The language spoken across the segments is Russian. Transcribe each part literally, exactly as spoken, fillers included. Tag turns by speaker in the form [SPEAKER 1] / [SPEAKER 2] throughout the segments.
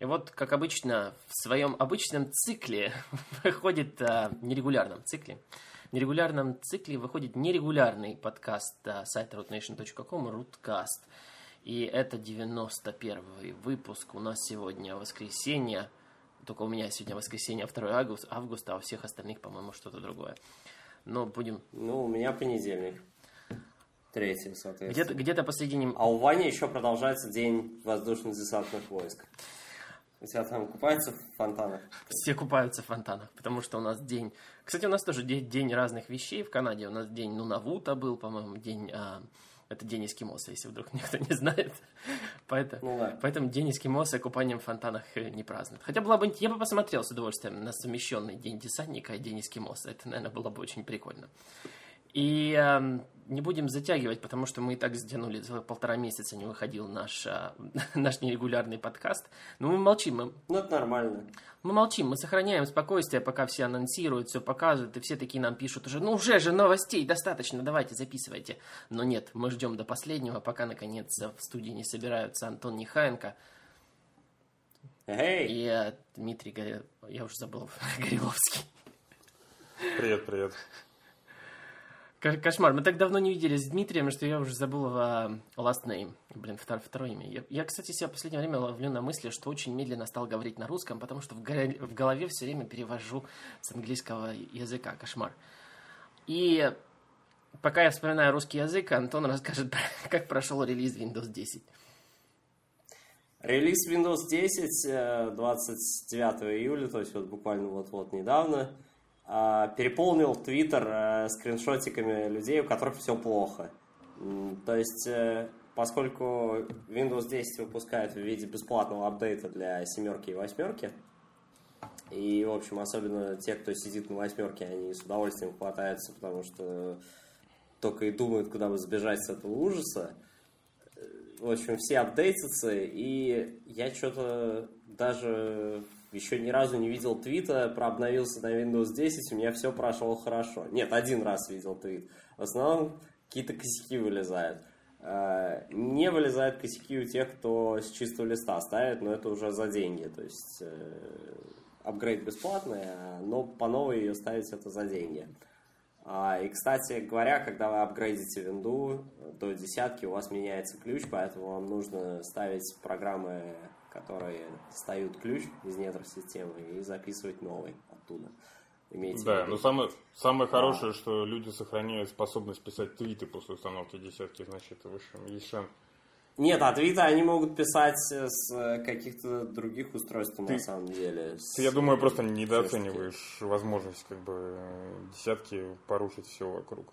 [SPEAKER 1] И вот, как обычно, в своем обычном цикле выходит, а, нерегулярном цикле, в нерегулярном цикле выходит нерегулярный подкаст а, сайта root nation точка com, Rootcast. И это девяносто первый выпуск. У нас сегодня воскресенье. Только у меня сегодня воскресенье, второе августа, а у всех остальных, по-моему, что-то другое. Но будем...
[SPEAKER 2] Ну, у меня понедельник. Третий, соответственно.
[SPEAKER 1] Где-то, где-то посередине...
[SPEAKER 2] А у Вани еще продолжается день воздушно-десантных войск. У тебя там купаются в фонтанах?
[SPEAKER 1] Все купаются в фонтанах, потому что у нас день... Кстати, у нас тоже день, день разных вещей в Канаде. У нас день Нунавута был, по-моему, день... А... Это день эскимоса, если вдруг никто не знает. Поэтому,
[SPEAKER 2] ну, да.
[SPEAKER 1] поэтому день эскимоса купанием в фонтанах не празднуют. Хотя было бы... Я бы посмотрел с удовольствием на совмещенный день десантника и день эскимоса. Это, наверное, было бы очень прикольно. И э, не будем затягивать, потому что мы и так затянули, целых полтора месяца не выходил наш, э, наш нерегулярный подкаст. Но мы молчим. Мы,
[SPEAKER 2] ну, это нормально.
[SPEAKER 1] Мы молчим, мы сохраняем спокойствие, пока все анонсируют, все показывают, и все такие нам пишут уже, ну уже же новостей достаточно, давайте записывайте. Но нет, мы ждем до последнего, пока наконец в студии не собираются Антон Нехаенко
[SPEAKER 2] hey.
[SPEAKER 1] и э, Дмитрий, Горел... я уже забыл, Гореловский.
[SPEAKER 3] Привет, привет.
[SPEAKER 1] Кошмар. Мы так давно не виделись с Дмитрием, что я уже забыл его last name. Блин, второе, второе имя. Я, я, кстати, себя в последнее время ловлю на мысли, что очень медленно стал говорить на русском, потому что в, го- в голове все время перевожу с английского языка. Кошмар. И пока я вспоминаю русский язык, Антон расскажет, как прошел релиз Windows десять.
[SPEAKER 2] Релиз Windows десять двадцать девятого июля, то есть вот буквально вот-вот недавно, переполнил Твиттер э, скриншотиками людей, у которых все плохо. То есть, э, поскольку Windows десять выпускают в виде бесплатного апдейта для семерки и восьмерки, и, в общем, особенно те, кто сидит на восьмерке, они с удовольствием хватаются, потому что только и думают, куда бы сбежать с этого ужаса. В общем, все апдейтятся, и я что-то даже... еще ни разу не видел твита про обновился на Windows десять, у меня все прошло хорошо. Нет, один раз видел твит. В основном какие-то косяки вылезают. Не вылезают косяки у тех, кто с чистого листа ставит, но это уже за деньги. То есть апгрейд бесплатный, но по новой ее ставить это за деньги. И, кстати говоря, когда вы апгрейдите винду до десятки, у вас меняется ключ, поэтому вам нужно ставить программы, которые достают ключ из недр системы, и записывать новый оттуда. Имейте
[SPEAKER 3] да, но самое, самое хорошее, а. что люди сохраняют способность писать твиты после установки десятки, значит, в общем, есть шанс.
[SPEAKER 2] Нет, а твиты они могут писать с каких-то других устройств, Ты, на самом деле.
[SPEAKER 3] Ты, я думаю, просто недооцениваешь возможность как бы десятки порушить все вокруг.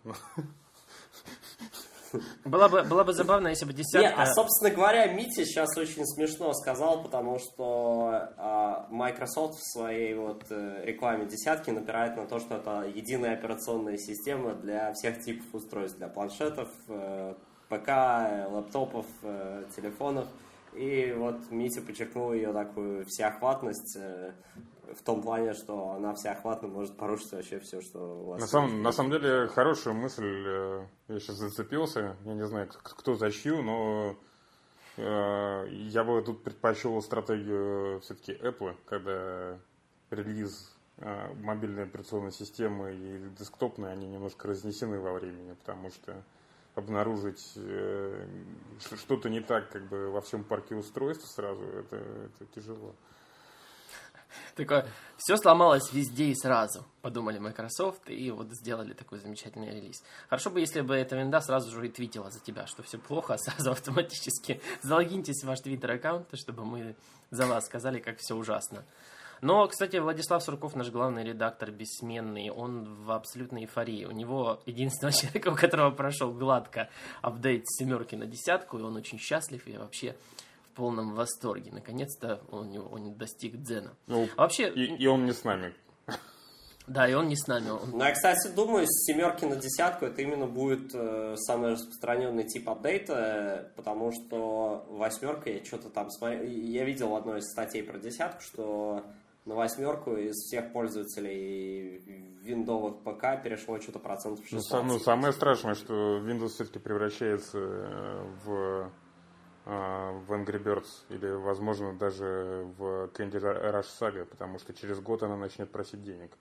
[SPEAKER 1] Было бы, было бы забавно, если бы десятка...
[SPEAKER 2] Нет, а, собственно говоря, Митя сейчас очень смешно сказал, потому что а, Microsoft в своей вот рекламе десятки напирает на то, что это единая операционная система для всех типов устройств, для планшетов, э, ПК, лэптопов, э, телефонов. И вот Митя подчеркнул ее такую всеохватность э, в том плане, что она всеохватно может порушить вообще все, что у вас...
[SPEAKER 3] На самом, на самом деле, хорошая мысль, я сейчас зацепился, я не знаю, кто за чью, но э, я бы тут предпочел стратегию все-таки Apple, когда релиз э, мобильной операционной системы и десктопной, они немножко разнесены во времени, потому что обнаружить э, что-то не так как бы во всем парке устройств сразу, это, это тяжело.
[SPEAKER 1] Такое, все сломалось везде и сразу, подумали Microsoft, и вот сделали такой замечательный релиз. Хорошо бы, если бы эта винда сразу же ретвитила за тебя, что все плохо, а сразу автоматически залогиньтесь в ваш твиттер-аккаунт, чтобы мы за вас сказали, как все ужасно. Но, кстати, Владислав Сурков, наш главный редактор, бессменный, он в абсолютной эйфории. У него единственного человека, у которого прошел гладко апдейт с семерки на десятку, и он очень счастлив, и вообще... в полном восторге. Наконец-то он, он достиг дзена.
[SPEAKER 3] Ну,
[SPEAKER 1] а вообще...
[SPEAKER 3] и, и он не с нами.
[SPEAKER 1] Да, и он не с нами. Он...
[SPEAKER 2] Ну, я, кстати, думаю, с семерки на десятку это именно будет э, самый распространенный тип апдейта, потому что восьмерка, я что-то там смотрел, я видел в одной из статей про десятку, что на восьмерку из всех пользователей виндовых ПК перешло что-то процентов шестнадцать.
[SPEAKER 3] Ну, ну, самое страшное, что Windows все-таки превращается в в Angry Birds или, возможно, даже в Candy Rush Saga, потому что через год она начнет просить денег.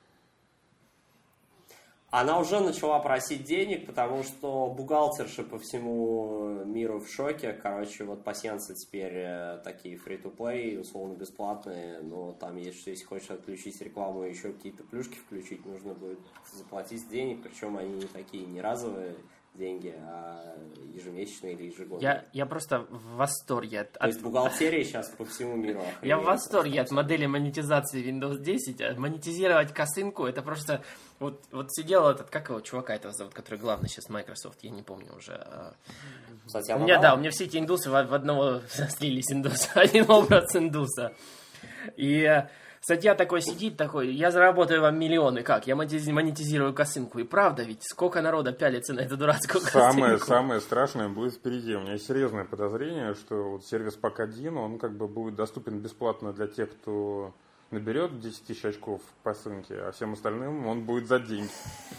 [SPEAKER 2] Она уже начала просить денег, потому что бухгалтерши по всему миру в шоке. Короче, вот пасьянсы теперь такие фри-то-плей, условно бесплатные, но там есть, что если хочешь отключить рекламу и еще какие-то плюшки включить, нужно будет заплатить денег, причем они не такие не разовые деньги, а ежемесячные или ежегодные.
[SPEAKER 1] Я, я просто в восторге от...
[SPEAKER 2] То есть бухгалтерия сейчас по всему миру.
[SPEAKER 1] Я в восторге от модели монетизации Windows десять. Монетизировать косынку, это просто... Вот, вот сидел этот, как его, чувака этого зовут, который главный сейчас Microsoft, я не помню уже.
[SPEAKER 2] Кстати,
[SPEAKER 1] у меня, да, у меня все эти индусы в, в одного слились индуса, один образ индуса. И... Статья такой сидит, такой, я заработаю вам миллионы, как? Я монетизирую косынку. И правда ведь, сколько народа пялится на эту дурацкую косынку.
[SPEAKER 3] Самое, самое страшное будет впереди. У меня есть серьезное подозрение, что вот сервис пак один, он как бы будет доступен бесплатно для тех, кто наберет десять тысяч очков по косынке, а всем остальным он будет за деньги.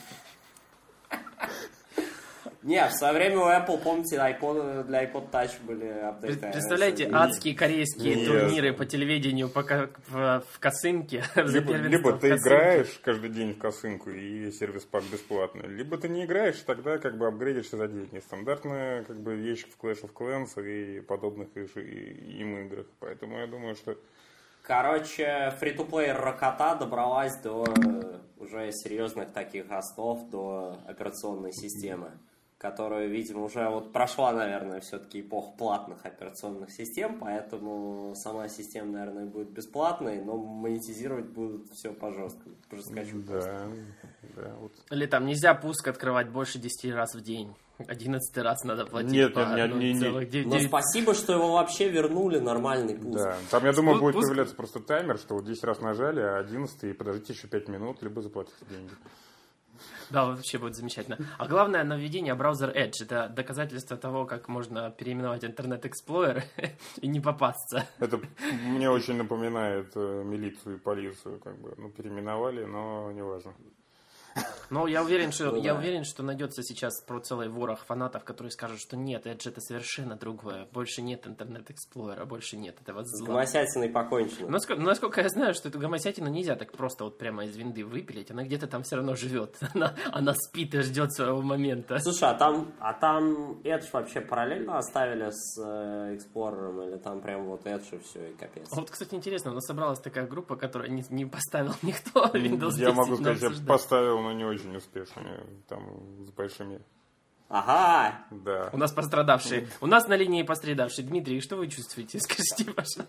[SPEAKER 2] Не, в свое время у Apple, помните, iPod, для iPod Touch были апдейты.
[SPEAKER 1] Представляете, адские корейские Нет. турниры по телевидению пока в, в косынке.
[SPEAKER 3] Либо, либо ты косынке. играешь каждый день в косынку и сервис пак бесплатный, либо ты не играешь, тогда как бы апгрейдишься за деньги. Стандартная как бы вещь в Clash of Clans и подобных им играх. Поэтому я думаю, что...
[SPEAKER 2] Короче, фри-то-плей Рокота добралась до уже серьезных таких основ, до операционной системы, которая, видимо, уже вот прошла, наверное, все-таки эпоху платных операционных систем, поэтому сама система, наверное, будет бесплатной, но монетизировать будут все по жесткому.
[SPEAKER 3] Да, да, вот.
[SPEAKER 1] Или там нельзя пуск открывать больше десяти раз в день. Одиннадцатый раз надо платить.
[SPEAKER 3] Нет,
[SPEAKER 1] по
[SPEAKER 3] нет, не, не, не.
[SPEAKER 2] Но спасибо, что его вообще вернули нормальный пуск.
[SPEAKER 3] Да, там, я думаю, будет
[SPEAKER 1] пуск...
[SPEAKER 3] появляться просто таймер, что вот десять раз нажали, а одиннадцатый, и подождите еще пять минут, либо заплатите деньги.
[SPEAKER 1] Да, вообще будет замечательно. А главное нововведение браузер Edge. Это доказательство того, как можно переименовать Internet Explorer и не попасться.
[SPEAKER 3] Это мне очень напоминает милицию и полицию. Как бы, ну, переименовали, но неважно.
[SPEAKER 1] Но я уверен, что, ну, я да. уверен, что найдется сейчас про целый ворох фанатов, которые скажут, что нет, Edge это совершенно другое. Больше нет Internet Explorer, больше нет этого зла.
[SPEAKER 2] С гомосятиной покончено.
[SPEAKER 1] Но, насколько, насколько я знаю, что эту гомосятину нельзя так просто вот прямо из винды выпилить. Она где-то там все равно живет. Она, она спит и ждет своего момента.
[SPEAKER 2] Слушай, а там, а там Edge вообще параллельно оставили с э, Explorer? Или там прям вот Edge и все, и капец?
[SPEAKER 1] Вот, кстати, интересно, у нас собралась такая группа, которая не, не поставил никто Windows десять.
[SPEAKER 3] Я могу сказать, я поставил, но не очень успешными, там, с большими.
[SPEAKER 2] Ага!
[SPEAKER 3] Да.
[SPEAKER 1] У нас пострадавшие. У нас на линии пострадавшие. Дмитрий, что вы чувствуете? Скажите, пожалуйста.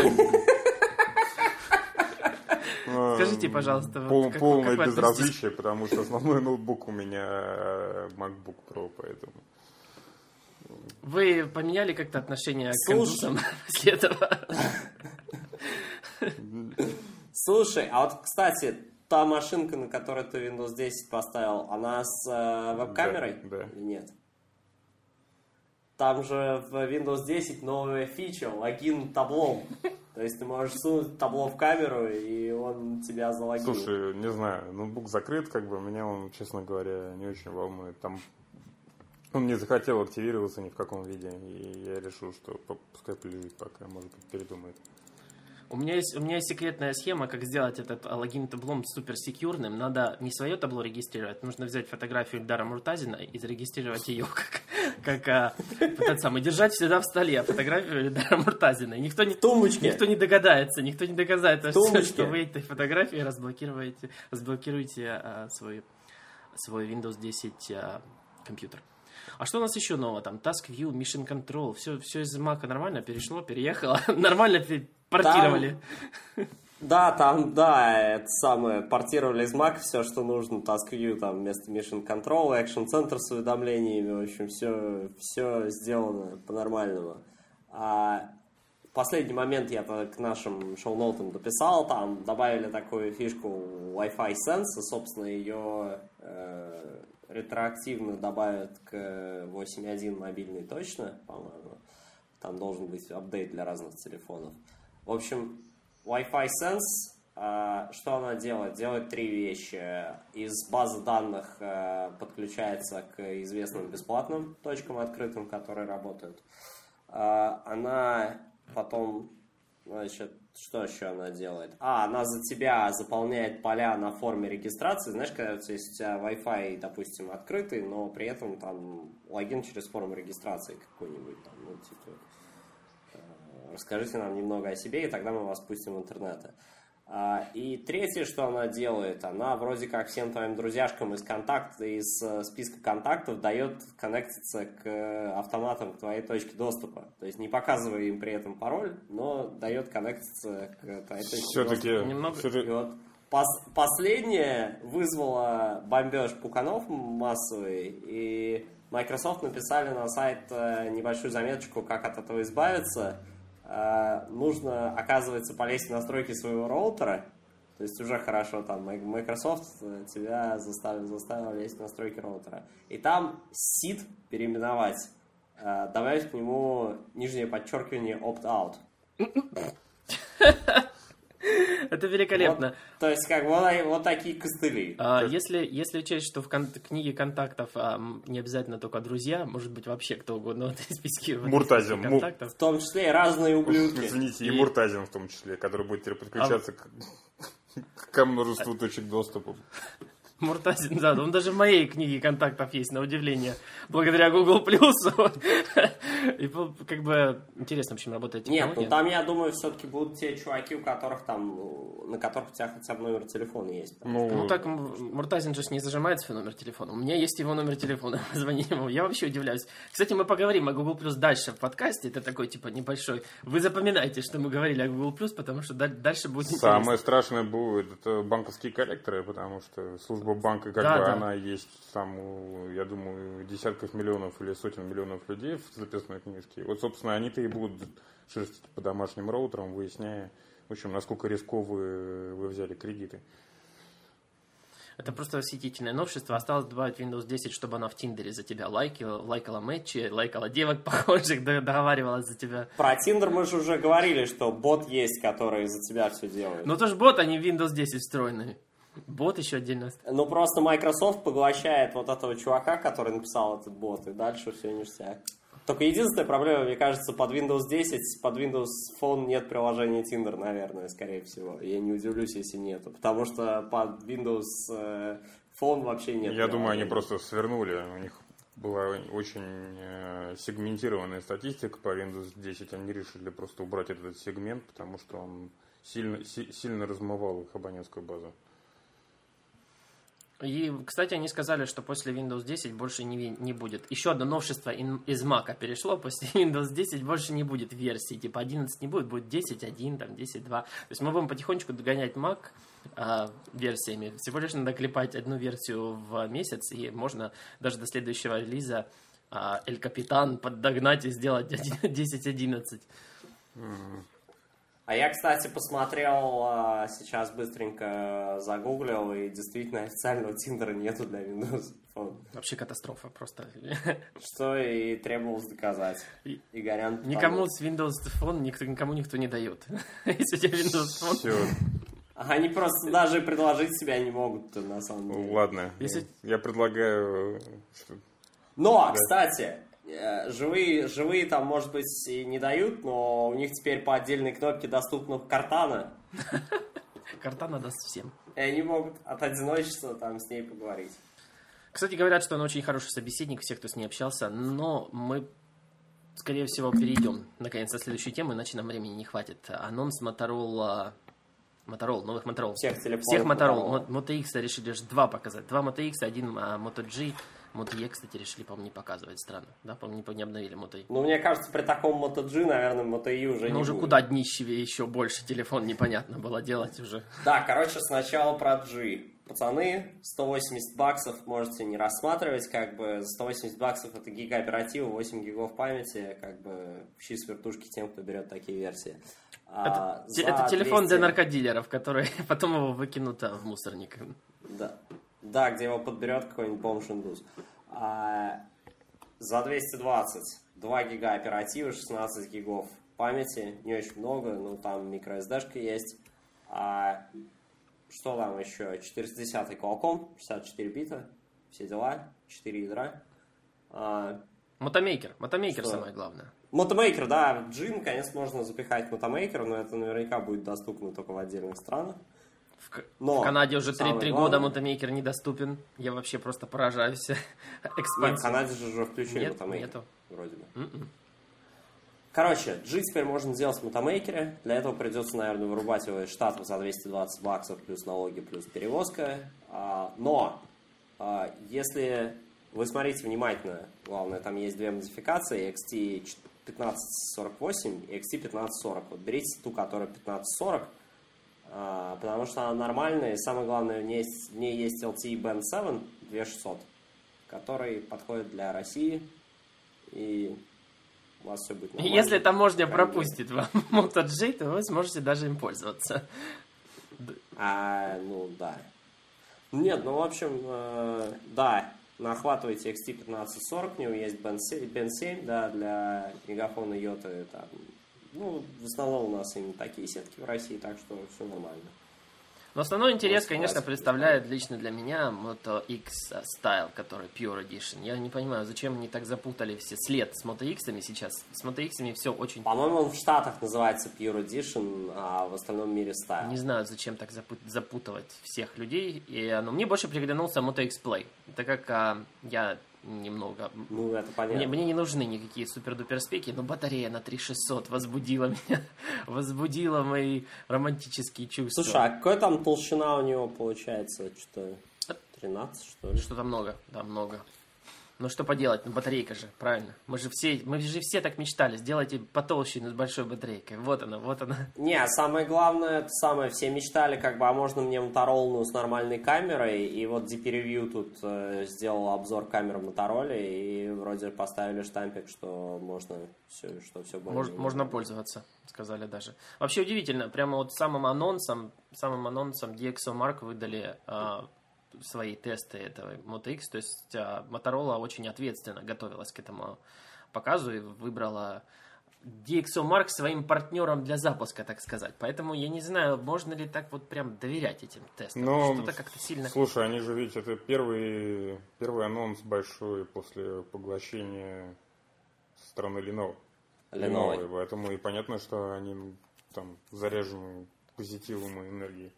[SPEAKER 1] Скажите, пожалуйста.
[SPEAKER 3] Полное безразличие, потому что основной ноутбук у меня MacBook Pro, поэтому...
[SPEAKER 1] Вы поменяли как-то отношение к индусам после этого?
[SPEAKER 2] Слушай, а вот, кстати... Та машинка, на которой ты Windows десять поставил, она с э, веб-камерой?
[SPEAKER 3] Да, да.
[SPEAKER 2] Или нет? Там же в Windows десять новая фича, логин таблом. То есть ты можешь сунуть табло в камеру, и он тебя залогинит.
[SPEAKER 3] Слушай, не знаю, ноутбук закрыт, как бы, меня он, честно говоря, не очень волнует. Там он не захотел активироваться ни в каком виде, и я решил, что пускай полежит пока, может быть, передумает.
[SPEAKER 1] У меня, есть, у меня есть секретная схема, как сделать этот логин таблом супер секьюрным. Надо не свое табло регистрировать, нужно взять фотографию Эльдара Муртазина и зарегистрировать ее как, как а, тот самый, держать всегда в столе фотографию Эльдара Муртазина. И никто не, никто не догадается, никто не догадается, что, что вы этой фотографией разблокируете, разблокируете а, свой, свой Windows десять а, компьютер. А что у нас еще нового? Там Task View, Mission Control, все, все из Mac нормально перешло, переехало, нормально портировали.
[SPEAKER 2] Там, да, там, да, это самое, портировали из Mac все, что нужно, Task View, там вместо Mission Control, Action Center с уведомлениями, в общем, все, все сделано по-нормальному. А в последний момент я к нашим шоу-ноутам дописал, там добавили такую фишку Wi-Fi Sense, собственно, ее... Э, ретроактивно добавят к восемь точка один мобильный точно, по-моему. Там должен быть апдейт для разных телефонов. В общем, Wi-Fi Sense, что она делает? Делает три вещи. Из базы данных подключается к известным бесплатным точкам открытым, которые работают. А, она потом, значит, что еще она делает? А, она за тебя заполняет поля на форме регистрации. Знаешь, когда вот, если у тебя Wi-Fi, допустим, открытый, но при этом там логин через форму регистрации какой-нибудь там, ну, типа, э, расскажите нам немного о себе, и тогда мы вас пустим в интернет. А, и третье, что она делает, она вроде как всем твоим друзьяшкам из контакта, из э, списка контактов дает коннектиться к э, автоматам, к твоей точке доступа. То есть не показывая им при этом пароль, но дает коннектиться к твоей точке
[SPEAKER 3] Все-таки,
[SPEAKER 2] доступа.
[SPEAKER 1] Немного...
[SPEAKER 3] все-таки...
[SPEAKER 2] И вот пос- последнее вызвало бомбеж пуканов массовый, и Microsoft написали на сайт э, небольшую заметочку, как от этого избавиться. Uh, нужно, оказывается, полезть в настройки своего роутера. То есть уже хорошо, там Microsoft тебя заставил, заставил лезть в настройки роутера. И там сид переименовать, uh, добавить к нему нижнее подчеркивание opt-out.
[SPEAKER 1] Это великолепно.
[SPEAKER 2] Вот, то есть, как бы, вот, вот такие костыли.
[SPEAKER 1] А, если, если учесть, что в кон- книге контактов а, не обязательно только друзья, может быть, вообще кто угодно в этой списке, в этой списке контактов.
[SPEAKER 2] В том числе и разные ублюдки.
[SPEAKER 3] Извините, и,
[SPEAKER 1] И-
[SPEAKER 3] Муртазин в том числе, который будет теперь подключаться к... ко множеству точек доступа.
[SPEAKER 1] Муртазин, да, он даже в моей книге контактов есть, на удивление, благодаря Google+. И как бы интересно, в общем, работает
[SPEAKER 2] Нет,
[SPEAKER 1] технология.
[SPEAKER 2] ну там, я думаю, все-таки будут те чуваки, у которых там, на которых у тебя хотя бы номер телефона есть.
[SPEAKER 1] Ну так, М- Муртазин же не зажимает свой номер телефона. У меня есть его номер телефона. Звони ему. Я вообще удивляюсь. Кстати, мы поговорим о Google Plus дальше в подкасте. Это такой, типа, небольшой. Вы запоминайте, что мы говорили о Google Plus, потому что даль- дальше будет интересно.
[SPEAKER 3] Самое страшное будет это банковские коллекторы, потому что служба банка, как
[SPEAKER 1] Да,
[SPEAKER 3] бы,
[SPEAKER 1] да.
[SPEAKER 3] она есть там, у, я думаю, десятков миллионов или сотен миллионов людей в записной книжке. Вот, собственно, они-то и будут шерстить по домашним роутерам, выясняя, в общем, насколько рисковые вы взяли кредиты.
[SPEAKER 1] Это просто восхитительное новшество. Осталось добавить Windows десять, чтобы она в Тиндере за тебя лайкала, лайкала мэтчи, лайкала девок похожих, д- договаривалась за тебя.
[SPEAKER 2] Про Tinder мы же уже говорили, что бот есть, который за тебя все делает.
[SPEAKER 1] Ну, тоже бот, а не Windows десять встроенный. Бот еще отдельно.
[SPEAKER 2] Ну, просто Microsoft поглощает вот этого чувака, который написал этот бот, и дальше все ништяк. Только единственная проблема, мне кажется, под Windows десять, под Windows Phone нет приложения Tinder, наверное, скорее всего. Я не удивлюсь, если нету. Потому что под Windows э, Phone вообще нет.
[SPEAKER 3] Я думаю, они просто свернули. У них была очень э, сегментированная статистика по Windows десять. Они решили просто убрать этот сегмент, потому что он сильно, си- сильно размывал их абонентскую базу.
[SPEAKER 1] И, кстати, они сказали, что после Windows десять больше не, ви- не будет. Еще одно новшество ин- из Mac перешло. После Windows десять больше не будет версий. Типа одиннадцать не будет, будет десять один, там, десять два. То есть мы будем потихонечку догонять Mac а, версиями. Всего лишь надо клепать одну версию в месяц, и можно даже до следующего релиза а, El Capitan поддогнать и сделать десять одиннадцать.
[SPEAKER 2] А я, кстати, посмотрел, а, сейчас быстренько загуглил, и действительно официального Тиндера нету для Windows Phone.
[SPEAKER 1] Вообще катастрофа просто.
[SPEAKER 2] Что и требовалось доказать.
[SPEAKER 1] И-
[SPEAKER 2] Игорян
[SPEAKER 1] Никому
[SPEAKER 2] Панов.
[SPEAKER 1] с Windows Phone никто, никому никто не дает. Если у тебя Windows Phone...
[SPEAKER 3] Все,
[SPEAKER 2] Они просто даже предложить себя не могут, на самом деле.
[SPEAKER 3] ладно.
[SPEAKER 1] Если-
[SPEAKER 3] Я предлагаю... Что...
[SPEAKER 2] Но,
[SPEAKER 3] Да.
[SPEAKER 2] кстати, э, живые, живые там, может быть, и не дают, но у них теперь по отдельной кнопке доступна Картана,
[SPEAKER 1] Картана даст всем.
[SPEAKER 2] и они могут от одиночества там с ней поговорить.
[SPEAKER 1] Кстати, говорят, что он очень хороший собеседник, все, кто с ней общался, но мы, скорее всего, перейдем, наконец, на следующую тему, иначе нам времени не хватит. Анонс Motorola... Motorola, новых Motorola.
[SPEAKER 2] Всех телефонов
[SPEAKER 1] Всех Motorola.
[SPEAKER 2] Motorola.
[SPEAKER 1] Мо- Moto X решили аж два показать. Два Moto X, один а, Moto G. Moto E, кстати, решили, по-моему, не показывать. Странно. Да, по-моему, не, не обновили Moto E.
[SPEAKER 2] Ну, мне кажется, при таком Moto G, наверное, Moto E уже
[SPEAKER 1] Но
[SPEAKER 2] не
[SPEAKER 1] уже
[SPEAKER 2] будет.
[SPEAKER 1] куда днищевее еще больше телефон непонятно было делать уже.
[SPEAKER 2] Да, короче, сначала про G. Пацаны, сто восемьдесят баксов можете не рассматривать, как бы сто восемьдесят баксов это гига оператива, восемь гигов памяти, как бы щи с вертушки тем, кто берет такие версии.
[SPEAKER 1] Это,
[SPEAKER 2] А,
[SPEAKER 1] те-
[SPEAKER 2] за
[SPEAKER 1] это телефон для
[SPEAKER 2] двести
[SPEAKER 1] наркодилеров, которые потом его выкинут а, в мусорник.
[SPEAKER 2] Да. Да, где его подберет какой-нибудь бомж-индус. А, за двести двадцать два гига оперативы, шестнадцать гигов памяти, не очень много, но там microSD-шка есть. А, что там еще? четыреста десять Qualcomm, шестьдесят четыре бита, все дела, четыре ядра. А,
[SPEAKER 1] Мотомейкер. Мотомейкер
[SPEAKER 2] Что?
[SPEAKER 1] самое главное.
[SPEAKER 2] Мотомейкер, да. Джин, конечно, можно запихать в мотомейкер, но это наверняка будет доступно только в отдельных странах.
[SPEAKER 1] В,
[SPEAKER 2] Но
[SPEAKER 1] в Канаде уже три
[SPEAKER 2] самое
[SPEAKER 1] года
[SPEAKER 2] главное-
[SPEAKER 1] мотомейкер недоступен. Я вообще просто поражаюсь.
[SPEAKER 2] Нет, в
[SPEAKER 1] Экспансия.
[SPEAKER 2] Канаде же уже включили
[SPEAKER 1] Нет,
[SPEAKER 2] мотомейкер.
[SPEAKER 1] нету.
[SPEAKER 2] Вроде бы.
[SPEAKER 1] М-м.
[SPEAKER 2] Короче, джит теперь можно сделать в мотомейкере. Для этого придется, наверное, вырубать его из Штатов за двести двадцать баксов, плюс налоги, плюс перевозка. А, но, а, если вы смотрите внимательно, главное, там есть две модификации, икс ти пятнадцать сорок восемь и икс ти пятнадцать сорок. Вот берите ту, которая пятнадцать сорок, а, потому что она нормальная, и самое главное, в ней есть, в ней есть эл ти и Band семь две тысячи шестьсот, который подходит для России, и у вас все будет нормально.
[SPEAKER 1] Если таможня
[SPEAKER 2] По крайней мере.
[SPEAKER 1] пропустит вам MotoG, то вы сможете даже им пользоваться.
[SPEAKER 2] А, ну да. Нет, ну в общем, э, да, нахватывайте икс ти пятнадцать сорок, у него есть Band семь, да, для мегафона Йоты, там, ну, в основном у нас именно такие сетки в России, так что все нормально.
[SPEAKER 1] Но основной интерес,
[SPEAKER 2] Вот,
[SPEAKER 1] конечно,
[SPEAKER 2] классика.
[SPEAKER 1] представляет лично для меня Moto X Style, который Pure Edition. Я не понимаю, зачем они так запутали все след с Moto X сейчас. С Moto X все очень...
[SPEAKER 2] По-моему, он в Штатах называется Pure Edition, а в остальном мире Style.
[SPEAKER 1] Не знаю, зачем так запут- запутывать всех людей. И, а, но мне больше приглянулся Moto X Play. Так как а, я немного...
[SPEAKER 2] Ну, это понятно.
[SPEAKER 1] Мне, мне не нужны никакие супер-дупер спеки, но батарея на три тысячи шестьсот возбудила меня, возбудила мои романтические чувства.
[SPEAKER 2] Слушай, а какая там толщина у него получается? Что-то тринадцать, что ли?
[SPEAKER 1] Что-то много, да, много. Ну что поделать, ну батарейка же, правильно. Мы же все, мы же все так мечтали, сделайте потолще, но с большой батарейкой. Вот она, вот она.
[SPEAKER 2] Не, самое главное, это самое, все мечтали, как бы, а можно мне Motorola с нормальной камерой, и вот ди пи Review тут э, сделал обзор камеры Motorola, и вроде поставили штампик, что можно все, что все более...
[SPEAKER 1] Мож- можно пользоваться, сказали даже. Вообще удивительно, прямо вот самым анонсом, самым анонсом ди экс о Mark выдали а, свои тесты этого Moto X, то есть а, Motorola очень ответственно готовилась к этому показу и выбрала ди экс о Mark своим партнером для запуска, так сказать. Поэтому я не знаю, можно ли так вот прям доверять этим тестам.
[SPEAKER 3] Но,
[SPEAKER 1] Что-то как-то сильно...
[SPEAKER 3] Слушай, они же ведь это первый, первый анонс большой после поглощения со стороны Lenovo.
[SPEAKER 2] Lenovo.
[SPEAKER 3] Lenovo, поэтому и понятно, что они ну, там заряжены позитивом и энергией.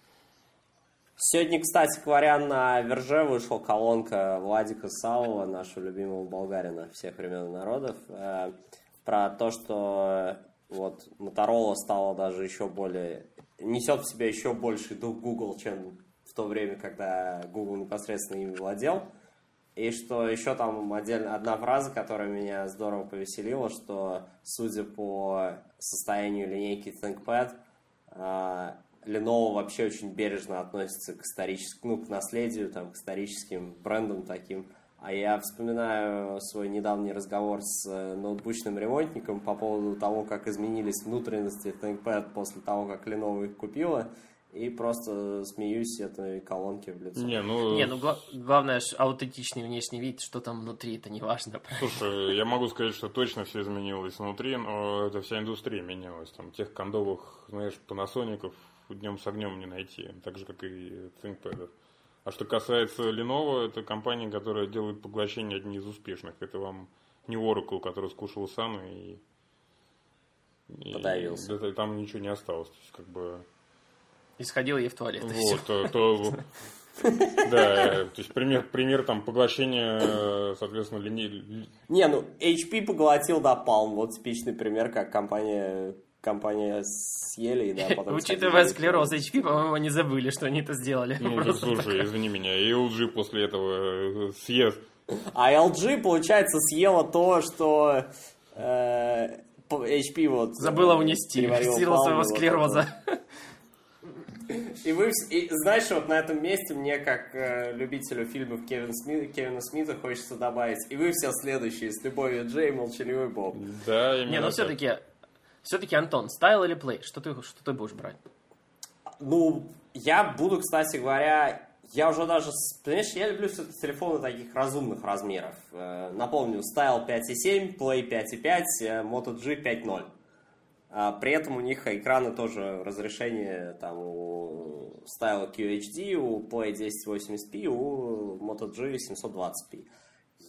[SPEAKER 2] Сегодня, кстати говоря, на Верже вышла колонка Владика Савова, нашего любимого болгарина всех времен и народов, э, про то, что вот Motorola стала даже еще более... несет в себе еще больший дух Google, чем в то время, когда Google непосредственно ими владел. И что еще там отдельно одна фраза, которая меня здорово повеселила, что, судя по состоянию линейки ThinkPad, э, Lenovo вообще очень бережно относится к историческому, ну, к наследию, там, к историческим брендам таким. А я вспоминаю свой недавний разговор с ноутбучным ремонтником по поводу того, как изменились внутренности ThinkPad после того, как Lenovo их купила, и просто смеюсь этой колонке в лицо.
[SPEAKER 3] Не, ну,
[SPEAKER 1] Не, ну гла- главное ж аутентичный внешний вид, что там внутри, это не важно.
[SPEAKER 3] слушай, я могу сказать, что точно все изменилось внутри, но это вся индустрия менялась. Там тех кондовых, знаешь, панасоников днем с огнем не найти, так же, как и ThinkPad. А что касается Lenovo, это компания, которая делает поглощение одни из успешных. Это вам не Oracle, который скушал сам и... и
[SPEAKER 2] Подавился.
[SPEAKER 3] да, там ничего не осталось. То есть, как бы...
[SPEAKER 1] И сходил ей в туалет. и
[SPEAKER 3] Вот,
[SPEAKER 1] всё.
[SPEAKER 3] то, то- да, то есть пример, пример там поглощения, соответственно, линей...
[SPEAKER 2] Не, ну, эйч пи поглотил, да, Palm. Вот типичный пример, как компания, компания съели, и, да, потом...
[SPEAKER 1] Учитывая
[SPEAKER 2] сходили.
[SPEAKER 1] склероз эйч пи, по-моему, они забыли, что они это сделали.
[SPEAKER 3] Ну, да,
[SPEAKER 1] Просто
[SPEAKER 3] слушай, извини меня, и эл джи после этого э, съест.
[SPEAKER 2] А эл джи, получается, съела то, что э, эйч пи вот...
[SPEAKER 1] забыла
[SPEAKER 2] э,
[SPEAKER 1] унести
[SPEAKER 2] переварила
[SPEAKER 1] в силу
[SPEAKER 2] Palm,
[SPEAKER 1] своего
[SPEAKER 2] вот
[SPEAKER 1] склероза.
[SPEAKER 2] это. И вы, вс- и, знаешь, вот на этом месте мне, как э, любителю фильмов Кевин Смит, Кевина Смита, хочется добавить, и вы все следующие, с любовью Джей, молчаливый Боб.
[SPEAKER 3] Да, именно
[SPEAKER 1] Не, ну
[SPEAKER 3] так.
[SPEAKER 1] все-таки, все-таки, Антон, стайл или плей? Что ты, что ты будешь брать?
[SPEAKER 2] Ну, я буду, кстати говоря, я уже даже, с- понимаешь, я люблю все-таки телефоны таких разумных размеров. Э, напомню, Style пять и семь, Play пять и пять, э, Moto G пять ноль. А при этом у них экраны тоже разрешение там у Style кью эйч ди, у Play десять восемьдесят пи, у Moto G семьсот двадцать пи.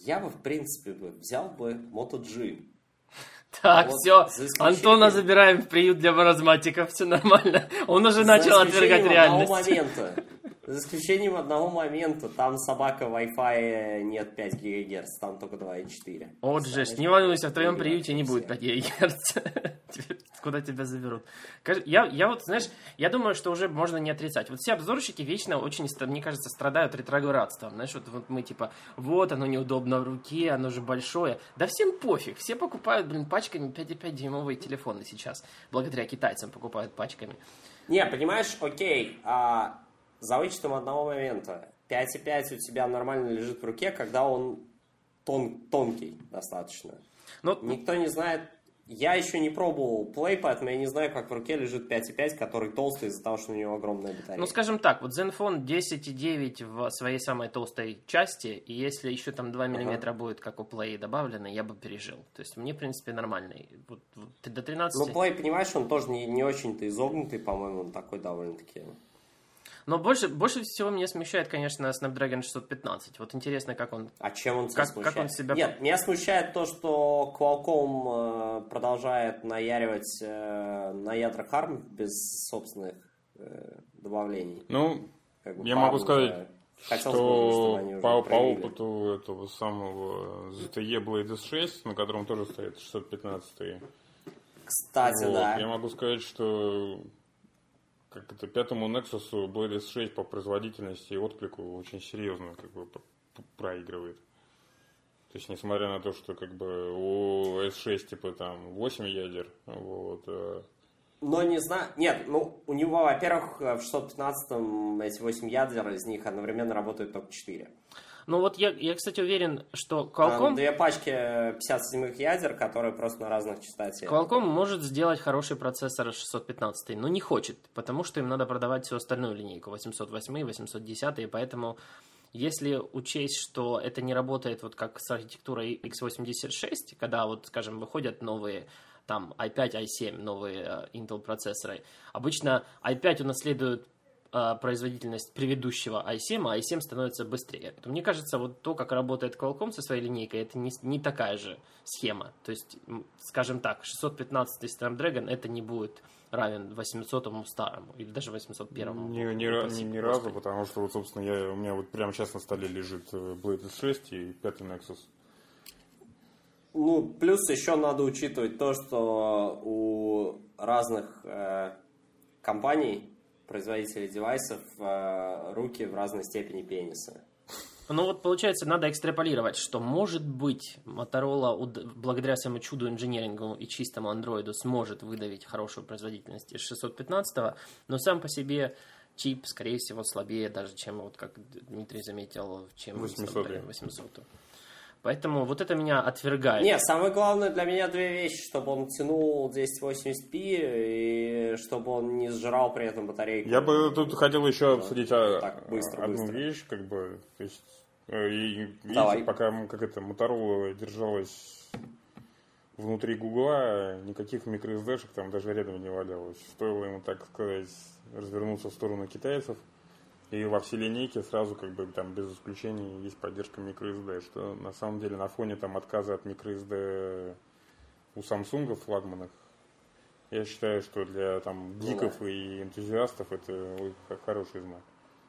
[SPEAKER 2] я бы, в принципе, бы взял бы Moto G.
[SPEAKER 1] Так,
[SPEAKER 2] вот
[SPEAKER 1] все,
[SPEAKER 2] исключением...
[SPEAKER 1] Антона забираем в приют для маразматиков, все нормально. Он уже начал отвергать реальность.
[SPEAKER 2] Момента, за исключением одного момента, там собака Wi-Fi нет пять гигагерц, там только два и четыре.
[SPEAKER 1] Вот же, не волнуйся, в твоем приюте не будет пять гигагерц. Куда тебя заберут? Я, я вот, знаешь, я думаю, что уже можно не отрицать. Вот все обзорщики вечно очень, мне кажется, страдают ретроградством. Знаешь, вот, вот мы типа, вот оно неудобно в руке, оно же большое. Да всем пофиг, все покупают, блин, пачками пять и пять дюймовые телефоны сейчас. Благодаря китайцам покупают пачками.
[SPEAKER 2] Не, понимаешь, окей, а за вычетом одного момента. пять и пять у тебя нормально лежит в руке, когда он тон, тонкий достаточно. Но... Никто не знает... Я еще не пробовал Play, поэтому я не знаю, как в руке лежит пять и пять, который толстый из-за того, что у него огромная батарея.
[SPEAKER 1] Ну, скажем так, вот Zenfone десять и девять в своей самой толстой части, и если еще там два миллиметра ага. будет, как у Play, добавлено, я бы пережил. То есть мне, в принципе, нормальный. Вот, вот, до тринадцати...
[SPEAKER 2] Ну, Play, понимаешь, он тоже не, не очень-то изогнутый, по-моему, он такой довольно-таки...
[SPEAKER 1] Но больше, больше всего меня смущает, конечно, Snapdragon шестьсот пятнадцать. Вот интересно, как он...
[SPEAKER 2] А чем он тебя
[SPEAKER 1] как,
[SPEAKER 2] смущает?
[SPEAKER 1] Как он себя...
[SPEAKER 2] Нет, меня смущает то, что Qualcomm э, продолжает наяривать э, на ядрах арм без собственных э, добавлений.
[SPEAKER 3] Ну, как бы, я могу сказать, что бы, по, по опыту этого самого зет и Blade эс шесть, на котором тоже стоит шестьсот пятнадцать.
[SPEAKER 2] Кстати, вот, да.
[SPEAKER 3] Я могу сказать, что... Как это, пятому Nexus Blade эс шесть по производительности и отклику очень серьезно как бы проигрывает. То есть, несмотря на то, что как бы у эс шесть типа там восемь ядер, вот.
[SPEAKER 2] Но не знаю, нет, ну у него, во-первых, в шестьсот пятнадцатом эти восемь ядер, из них одновременно работают только четыре.
[SPEAKER 1] Ну вот я, я, кстати, уверен, что Qualcomm...
[SPEAKER 2] Там две пачки пятьдесят семь ядер, которые просто на разных частоте.
[SPEAKER 1] Qualcomm может сделать хороший процессор шестьсот пятнадцать, но не хочет, потому что им надо продавать всю остальную линейку, восемьсот восемь, восемьсот десять, и поэтому если учесть, что это не работает вот как с архитектурой икс восемьдесят шесть, когда вот, скажем, выходят новые там ай пять, ай семь, новые uh, Intel процессоры, обычно ай пять унаследует производительность предыдущего ай семь, а ай семь становится быстрее. То, мне кажется, вот то, как работает Qualcomm со своей линейкой, это не, не такая же схема. То есть, скажем так, шестьсот пятнадцатый Snapdragon это не будет равен восьмисотому старому, или даже восемьсот первому.
[SPEAKER 3] Ни, ни, ни, ни разу, потому что, вот, собственно, я, у меня вот прямо сейчас на столе лежит Blade эс шесть и пятый Nexus.
[SPEAKER 2] Ну, плюс еще надо учитывать то, что у разных э, компаний производителей девайсов э, руки в разной степени пениса.
[SPEAKER 1] Ну вот получается, надо экстраполировать, что может быть Motorola благодаря своему чуду инженерингу и чистому андроиду сможет выдавить хорошую производительность из шестьсот пятнадцатого, но сам по себе чип, скорее всего, слабее даже, чем, вот как Дмитрий заметил, чем восемьсот. Поэтому вот это меня отвергает.
[SPEAKER 2] Нет, самое главное для меня две вещи, чтобы он тянул тысяча восемьдесят пи и чтобы он не сжирал при этом батарейку.
[SPEAKER 3] Я бы тут хотел еще обсудить
[SPEAKER 2] ну, так, быстро,
[SPEAKER 3] одну
[SPEAKER 2] быстро.
[SPEAKER 3] вещь, как бы, то есть, и, видите, пока как это, Motorola держалась внутри Гугла, никаких microSD-шек там даже рядом не валялось. Стоило ему, так сказать, развернуться в сторону китайцев. И во всей линейке сразу, как бы, там, без исключения, есть поддержка microSD, что на самом деле на фоне там отказа от microSD у Samsung флагманах, я считаю, что для там гиков ну, да. и энтузиастов это хороший знак.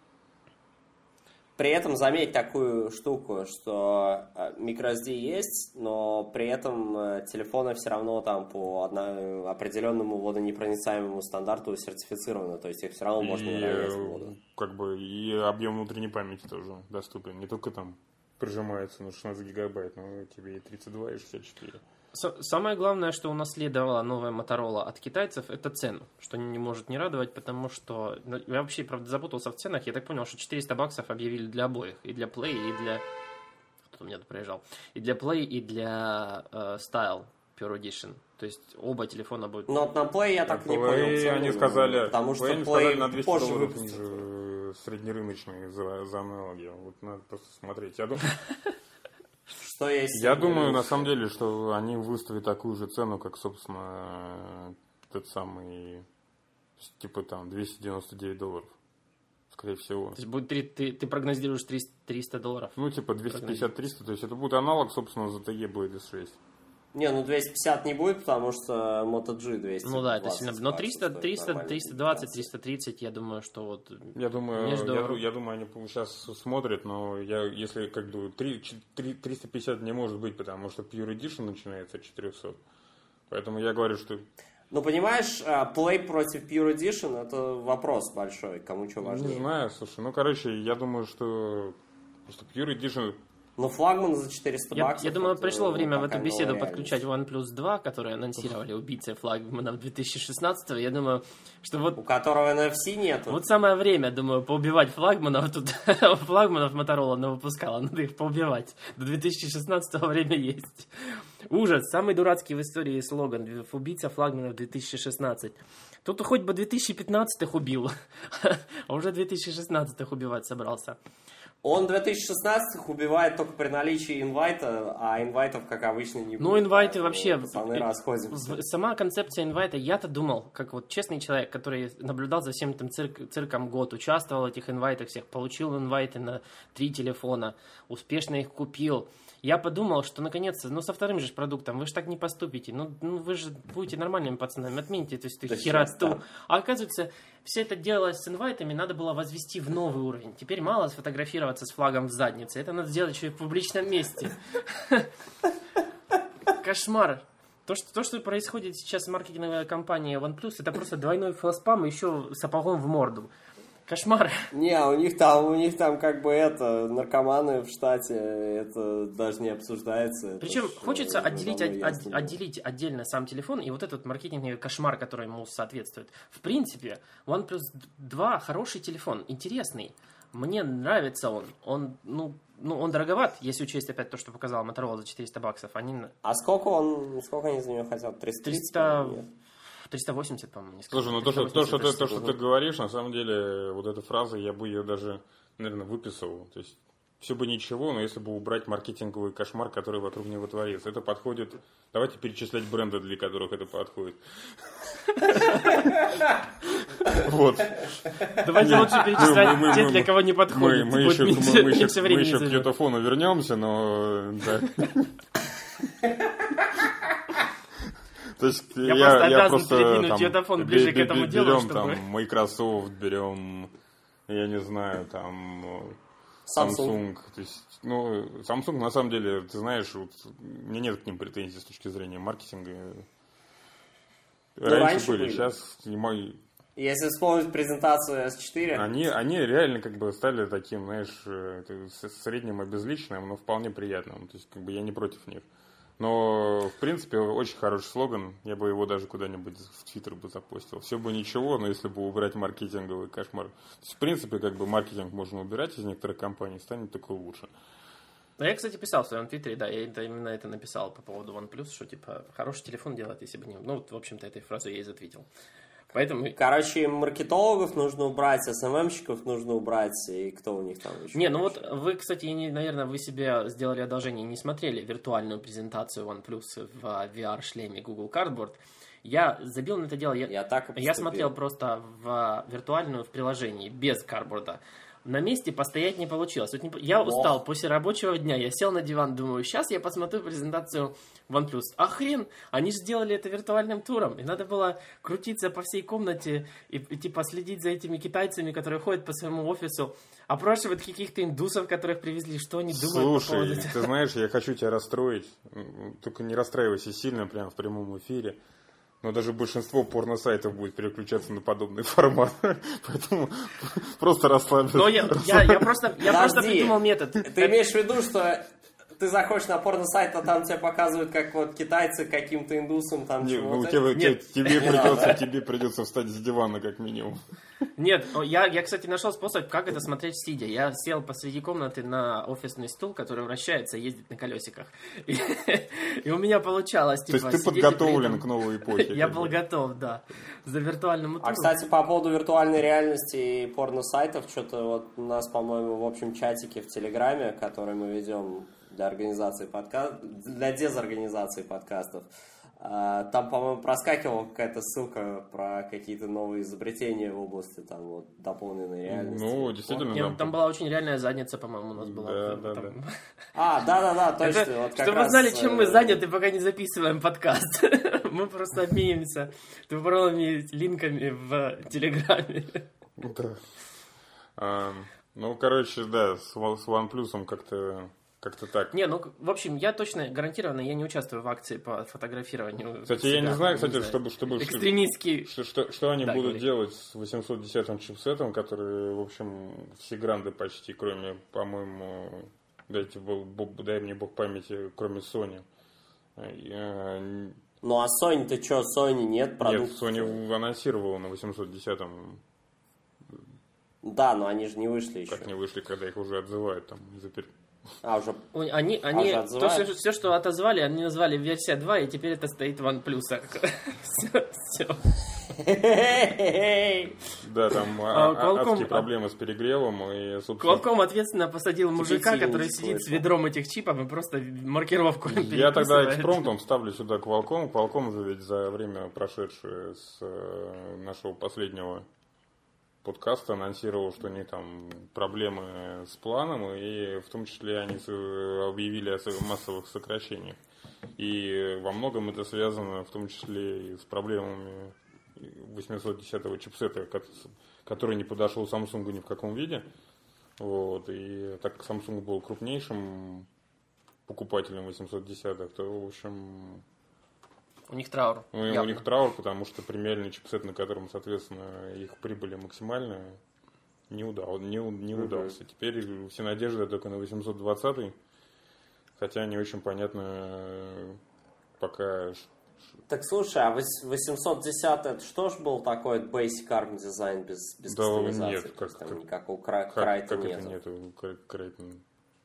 [SPEAKER 2] При этом заметь такую штуку, что microSD есть, но при этом телефоны все равно там по одно, определенному водонепроницаемому стандарту сертифицированы, то есть их все равно и, можно уравнять в воду.
[SPEAKER 3] Как бы и объем внутренней памяти тоже доступен, не только там прижимается на шестнадцать гигабайт, но тебе и тридцать два, и шестьдесят четыре.
[SPEAKER 1] Самое главное, что унаследовала новая Motorola от китайцев, это цену, что не может не радовать, потому что я вообще, правда, запутался в ценах. Я так понял, что четыреста баксов объявили для обоих, и для Play, и для... Кто-то меня тут проезжал. И для Play, и для uh, Style Pure Edition. То есть оба телефона будут...
[SPEAKER 2] Но на Play я так
[SPEAKER 3] Play,
[SPEAKER 2] не понял цену,
[SPEAKER 3] они сказали,
[SPEAKER 2] потому что
[SPEAKER 3] Play,
[SPEAKER 2] Play
[SPEAKER 3] сказали на двести
[SPEAKER 2] позже
[SPEAKER 3] долларов
[SPEAKER 2] выпустят.
[SPEAKER 3] ниже среднерыночные за, за аналоги. Вот надо просто смотреть. Я думаю...
[SPEAKER 2] Что есть?
[SPEAKER 3] Я думаю, на самом деле, что они выставят такую же цену, как, собственно, тот самый, типа там, двести девяносто девять долларов, с скорее всего.
[SPEAKER 1] То есть будет три, ты, ты прогнозируешь триста долларов?
[SPEAKER 3] Ну, типа двести пятьдесят - триста, то есть это будет аналог, собственно, зет ти и будет эс шесть.
[SPEAKER 2] Не, ну двести пятьдесят не будет, потому что Moto G двести.
[SPEAKER 1] Ну да, это сильно. Но триста, триста, триста двадцать, триста тридцать, я думаю, что вот...
[SPEAKER 3] Я думаю,
[SPEAKER 1] между...
[SPEAKER 3] я, я думаю, они сейчас смотрят, но я, если как бы триста пятьдесят не может быть, потому что Pure Edition начинается от четыреста. Поэтому я говорю, что...
[SPEAKER 2] Ну, понимаешь, Play против Pure Edition — это вопрос большой, кому что важнее.
[SPEAKER 3] Не знаю, слушай, ну, короче, я думаю, что просто Pure Edition...
[SPEAKER 2] Ну, флагман за четыреста
[SPEAKER 1] я,
[SPEAKER 2] баксов.
[SPEAKER 1] Я думаю,
[SPEAKER 2] это,
[SPEAKER 1] пришло
[SPEAKER 2] ну,
[SPEAKER 1] время в эту беседу
[SPEAKER 2] реальность.
[SPEAKER 1] подключать OnePlus два, которые анонсировали убийцы флагманов две тысячи шестнадцатого. Я думаю, что вот...
[SPEAKER 2] У которого эн эф си нету.
[SPEAKER 1] Вот самое время, думаю, поубивать флагманов. Тут флагманов Motorola она выпускала, надо их поубивать. До две тысячи шестнадцатого время есть. Ужас. Самый дурацкий в истории слоган. Убийца флагманов две тысячи шестнадцать. Тут хоть бы две тысячи пятнадцатых убил, а уже две тысячи шестнадцатых убивать собрался.
[SPEAKER 2] Он две тысячи шестнадцатых убивает только при наличии инвайта, а инвайтов, как обычно, не будет.
[SPEAKER 1] Ну, инвайты вообще...
[SPEAKER 2] Пацаны, расходимся.
[SPEAKER 1] Сама концепция инвайта, я-то думал, как вот честный человек, который наблюдал за всем этим цирк, цирком год, участвовал в этих инвайтах всех, получил инвайты на три телефона, успешно их купил. Я подумал, что наконец-то, ну, со вторым же продуктом вы же так не поступите. Ну, ну вы же будете нормальными пацанами, отмените эту, эту да хероту. Да. А оказывается, все это делалось с инвайтами, надо было возвести в новый уровень. Теперь мало сфотографироваться с флагом в заднице. Это надо сделать еще и в публичном месте. Кошмар. То что, то, что происходит сейчас в маркетинговой компании OnePlus, это просто двойной флоспам и еще сапогом в морду. Кошмар.
[SPEAKER 2] Не, у них там, у них там как бы это, наркоманы в штате, это даже не обсуждается.
[SPEAKER 1] Причем
[SPEAKER 2] это
[SPEAKER 1] хочется
[SPEAKER 2] ж,
[SPEAKER 1] отделить, от, отделить отдельно сам телефон и вот этот маркетинговый кошмар, который ему соответствует. В принципе, OnePlus два хороший телефон, интересный. Мне нравится он. Он, ну, ну, он дороговат, если учесть опять то, что показала Motorola за четыреста баксов. Они...
[SPEAKER 2] А сколько он, сколько они за него хотят? триста тридцать?
[SPEAKER 1] триста... триста восемьдесят, по-моему, не сказал.
[SPEAKER 3] Слушай, ну то, что, то, что, ты, то, что ты говоришь, на самом деле, вот эта фраза, я бы ее даже, наверное, выписал. То есть, все бы ничего, но если бы убрать маркетинговый кошмар, который вокруг него творится. Это подходит... Давайте перечислять бренды, для которых это подходит. Вот.
[SPEAKER 1] Давайте лучше перечислять те, для кого не подходит.
[SPEAKER 3] Мы еще к Ютофону вернемся, но... То есть
[SPEAKER 1] я,
[SPEAKER 3] я,
[SPEAKER 1] просто
[SPEAKER 3] я просто
[SPEAKER 1] передвинуть Ютофон ближе к этому делу,
[SPEAKER 3] берем
[SPEAKER 1] чтобы...
[SPEAKER 3] там Microsoft, берем, я не знаю, там
[SPEAKER 2] Samsung.
[SPEAKER 3] Samsung. То есть, ну, Samsung, на самом деле, ты знаешь, вот, у меня нет к ним претензий с точки зрения маркетинга.
[SPEAKER 2] Ну,
[SPEAKER 3] раньше,
[SPEAKER 2] раньше
[SPEAKER 3] были,
[SPEAKER 2] были.
[SPEAKER 3] сейчас не мои.
[SPEAKER 2] Если вспомнить презентацию эс четыре...
[SPEAKER 3] Они, они реально как бы стали таким, знаешь, средним обезличенным, но вполне приятным. То есть, как бы я не против них. Но, в принципе, очень хороший слоган. Я бы его даже куда-нибудь в Твиттер бы запостил. Все бы ничего, но если бы убрать маркетинговый кошмар. То есть, в принципе, как бы маркетинг можно убирать из некоторых компаний, станет только лучше.
[SPEAKER 1] Ну, я, кстати, писал в своем Твиттере, да, я это, именно это написал по поводу OnePlus, что, типа, хороший телефон делать, если бы не... Ну, вот, в общем-то, этой фразой я и затвитил. Поэтому...
[SPEAKER 2] Короче, маркетологов нужно убрать, эс эм эм-щиков нужно убрать, и кто у них там еще?
[SPEAKER 1] Не, ну вот вы, кстати, не, наверное, вы себе сделали одолжение, не смотрели виртуальную презентацию OnePlus в ви ар-шлеме Google Cardboard. Я забил на это дело, я,
[SPEAKER 2] я, так
[SPEAKER 1] я смотрел просто в виртуальную в приложении, без карборда. На месте постоять не получилось. Вот не, я
[SPEAKER 2] Ох.
[SPEAKER 1] устал после рабочего дня, я сел на диван, думаю, сейчас я посмотрю презентацию OnePlus. А хрен, они же сделали это виртуальным туром, и надо было крутиться по всей комнате и, и типа следить за этими китайцами, которые ходят по своему офису, опрашивают каких-то индусов, которых привезли, что они думают.
[SPEAKER 3] Слушай, ты знаешь, я хочу тебя расстроить, только не расстраивайся сильно прямо в прямом эфире. Но даже большинство порно-сайтов будет переключаться на подобный формат. Поэтому просто расслабься.
[SPEAKER 1] Но я, я, я, просто, я просто придумал метод.
[SPEAKER 2] Ты имеешь в виду, что ты заходишь на порно-сайт, а там тебе показывают, как вот китайцы каким-то индусам там
[SPEAKER 3] не,
[SPEAKER 2] чего-то?
[SPEAKER 3] Ну, тебе,
[SPEAKER 1] Нет.
[SPEAKER 3] тебе, придется, тебе придется встать с дивана, как минимум.
[SPEAKER 1] Нет, я, я, кстати, нашел способ, как это смотреть сидя. Я сел посреди комнаты на офисный стул, который вращается, ездит на колесиках. И, и у меня получалось, типа,
[SPEAKER 3] то есть ты подготовлен
[SPEAKER 1] этом...
[SPEAKER 3] к новой эпохе.
[SPEAKER 1] Я был готов, да, за виртуальным туром.
[SPEAKER 2] А, кстати, по поводу виртуальной реальности и порно-сайтов, что-то вот у нас, по-моему, в общем чатике в Телеграме, который мы ведем для организации подкастов, для дезорганизации подкастов, А, там, по-моему, проскакивала какая-то ссылка про какие-то новые изобретения в области там вот дополненной реальности.
[SPEAKER 3] Ну, действительно,
[SPEAKER 1] Нет,
[SPEAKER 3] да.
[SPEAKER 1] там была очень реальная задница, по-моему, у нас была.
[SPEAKER 3] Да, да,
[SPEAKER 1] Там-
[SPEAKER 3] да.
[SPEAKER 2] А, да-да-да, точно.
[SPEAKER 1] Это,
[SPEAKER 2] вот как
[SPEAKER 1] чтобы вы
[SPEAKER 2] раз,
[SPEAKER 1] знали, чем мы
[SPEAKER 2] э,
[SPEAKER 1] заняты, пока не записываем подкаст. Мы просто обменимся тупорылыми линками в Телеграме.
[SPEAKER 3] Да. А, ну, короче, да, с, One- с OnePlus как-то как-то так.
[SPEAKER 1] Не, ну, в общем, я точно, гарантированно, я не участвую в акции по фотографированию.
[SPEAKER 3] Кстати, я
[SPEAKER 1] себя,
[SPEAKER 3] не знаю,
[SPEAKER 1] там,
[SPEAKER 3] кстати, чтобы, чтобы, что,
[SPEAKER 1] Экстремистский.
[SPEAKER 3] что, что, что они
[SPEAKER 1] Да,
[SPEAKER 3] будут
[SPEAKER 1] говори.
[SPEAKER 3] делать с восемьсот десятым чипсетом, который, в общем, все гранды почти, кроме, по-моему, дайте, бог- бог- дай мне бог памяти, кроме Sony. Я- Нет,
[SPEAKER 2] Ну, а Sony, ты чё, Sony нет продуктов?
[SPEAKER 3] Sony анонсировала на восемьсот десятом,
[SPEAKER 2] Да, но они же не вышли еще.
[SPEAKER 3] как не вышли, когда их уже отзывают там за пер-
[SPEAKER 2] А, уже...
[SPEAKER 1] Ой, Они, они
[SPEAKER 2] же
[SPEAKER 1] то,
[SPEAKER 2] отзывают.
[SPEAKER 1] все, все, что отозвали, они назвали версия два, и теперь это стоит в OnePlus. Все, все.
[SPEAKER 3] Да, там
[SPEAKER 1] А,
[SPEAKER 3] а- а-
[SPEAKER 1] Qualcomm-
[SPEAKER 3] адские проблемы с перегревом и, собственно,
[SPEAKER 1] Qualcomm ответственно посадил мужика,
[SPEAKER 2] сильно
[SPEAKER 1] который
[SPEAKER 2] не
[SPEAKER 1] сидит с
[SPEAKER 2] слышал.
[SPEAKER 1] ведром этих чипов и просто маркировку
[SPEAKER 3] я тогда
[SPEAKER 1] переписывает.
[SPEAKER 3] экспромтом ставлю сюда Qualcomm. Qualcomm же ведь за время, прошедшее с э, нашего последнего подкаста, анонсировал, что у них там проблемы с планом, и в том числе они с- объявили о со- массовых сокращениях. И во многом это связано в том числе и с проблемами восемьсот десятого чипсета, ко- который не подошел Samsung ни в каком виде. Вот. И так как Samsung был крупнейшим покупателем восемьсот десятых, то, в общем,
[SPEAKER 1] У них траур.
[SPEAKER 3] у, у
[SPEAKER 1] явно.
[SPEAKER 3] них траур, потому что премиальный чипсет, на котором, соответственно, их прибыли максимальные, не, удал, не, у- не
[SPEAKER 2] Мгм.
[SPEAKER 3] удался. Теперь все надежды только на восемьсот двадцатый, хотя не очень понятно э, пока... ш-
[SPEAKER 2] Так слушай, а вось- восемьсот десять это что ж был такой Basic ARM дизайн без, без
[SPEAKER 3] Да
[SPEAKER 2] кастомизации?
[SPEAKER 3] нет,
[SPEAKER 2] То есть
[SPEAKER 3] как-
[SPEAKER 2] там
[SPEAKER 3] как-
[SPEAKER 2] никакого кра-
[SPEAKER 3] Как,
[SPEAKER 2] крайта
[SPEAKER 3] как это
[SPEAKER 2] нету.
[SPEAKER 3] нету? Кра- Крейтон?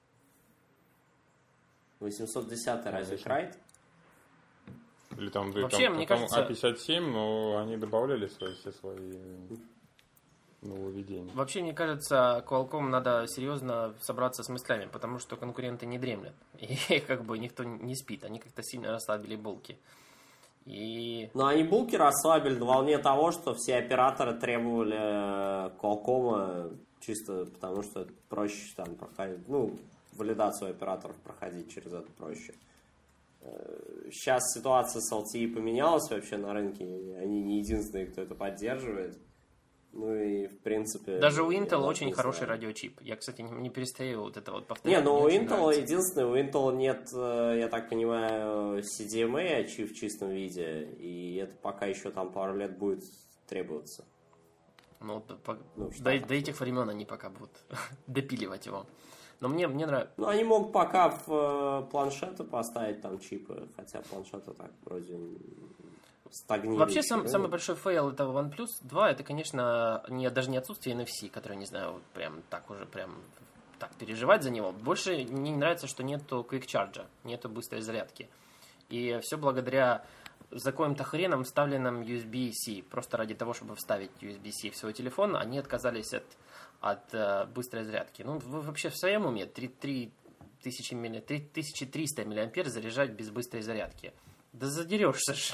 [SPEAKER 2] восемьсот десять разве
[SPEAKER 3] Конечно.
[SPEAKER 2] крайт?
[SPEAKER 3] Или там, да,
[SPEAKER 1] Вообще,
[SPEAKER 3] там,
[SPEAKER 1] мне
[SPEAKER 3] там
[SPEAKER 1] кажется-
[SPEAKER 3] а пятьдесят семь, но они добавляли свои, все свои нововведения.
[SPEAKER 1] Вообще, мне кажется, Qualcomm надо серьезно собраться с мыслями, потому что конкуренты не дремлят. И как бы никто не спит. Они как-то сильно расслабили булки. И
[SPEAKER 2] Но они булки расслабили на волне того, что все операторы требовали э, Qualcomm чисто потому, что это проще там проходить, ну, валидацию операторов проходить через это проще. Сейчас ситуация с эл ти и поменялась вообще на рынке, они не единственные, кто это поддерживает. Ну и в принципе...
[SPEAKER 1] даже у
[SPEAKER 2] я
[SPEAKER 1] Intel
[SPEAKER 2] даже
[SPEAKER 1] очень
[SPEAKER 2] не
[SPEAKER 1] хороший
[SPEAKER 2] знаю.
[SPEAKER 1] радиочип. Я, кстати, не, не перестаю вот это вот
[SPEAKER 2] Не,
[SPEAKER 1] повторять.
[SPEAKER 2] ну
[SPEAKER 1] Мне
[SPEAKER 2] у
[SPEAKER 1] очень
[SPEAKER 2] Intel
[SPEAKER 1] нравится.
[SPEAKER 2] единственное, у Intel нет, э, я так понимаю, си ди эм эй очи в чистом виде, и это пока еще там пару лет будет требоваться.
[SPEAKER 1] Ну, да, по-
[SPEAKER 2] Ну, что
[SPEAKER 1] до,
[SPEAKER 2] там?
[SPEAKER 1] до этих времен они пока будут допиливать его. Но мне, мне нравится.
[SPEAKER 2] Ну, они могут пока в э, планшеты поставить там чипы, хотя планшеты так вроде стагнируют.
[SPEAKER 1] Вообще, сам, самый большой фейл этого OnePlus два, это, конечно, не, даже не отсутствие эн эф си, которое, не знаю, вот прям так уже прям так переживать за него. Больше мне не нравится, что нету Quick Charge, нету быстрой зарядки. И все благодаря за коим-то хреном вставленным ю эс би-C. Просто ради того, чтобы вставить ю эс би-C в свой телефон, они отказались от, от э, быстрой зарядки. Ну, вы вообще в своем уме три тысячи триста миллиампер заряжать без быстрой зарядки? Да задерешься же.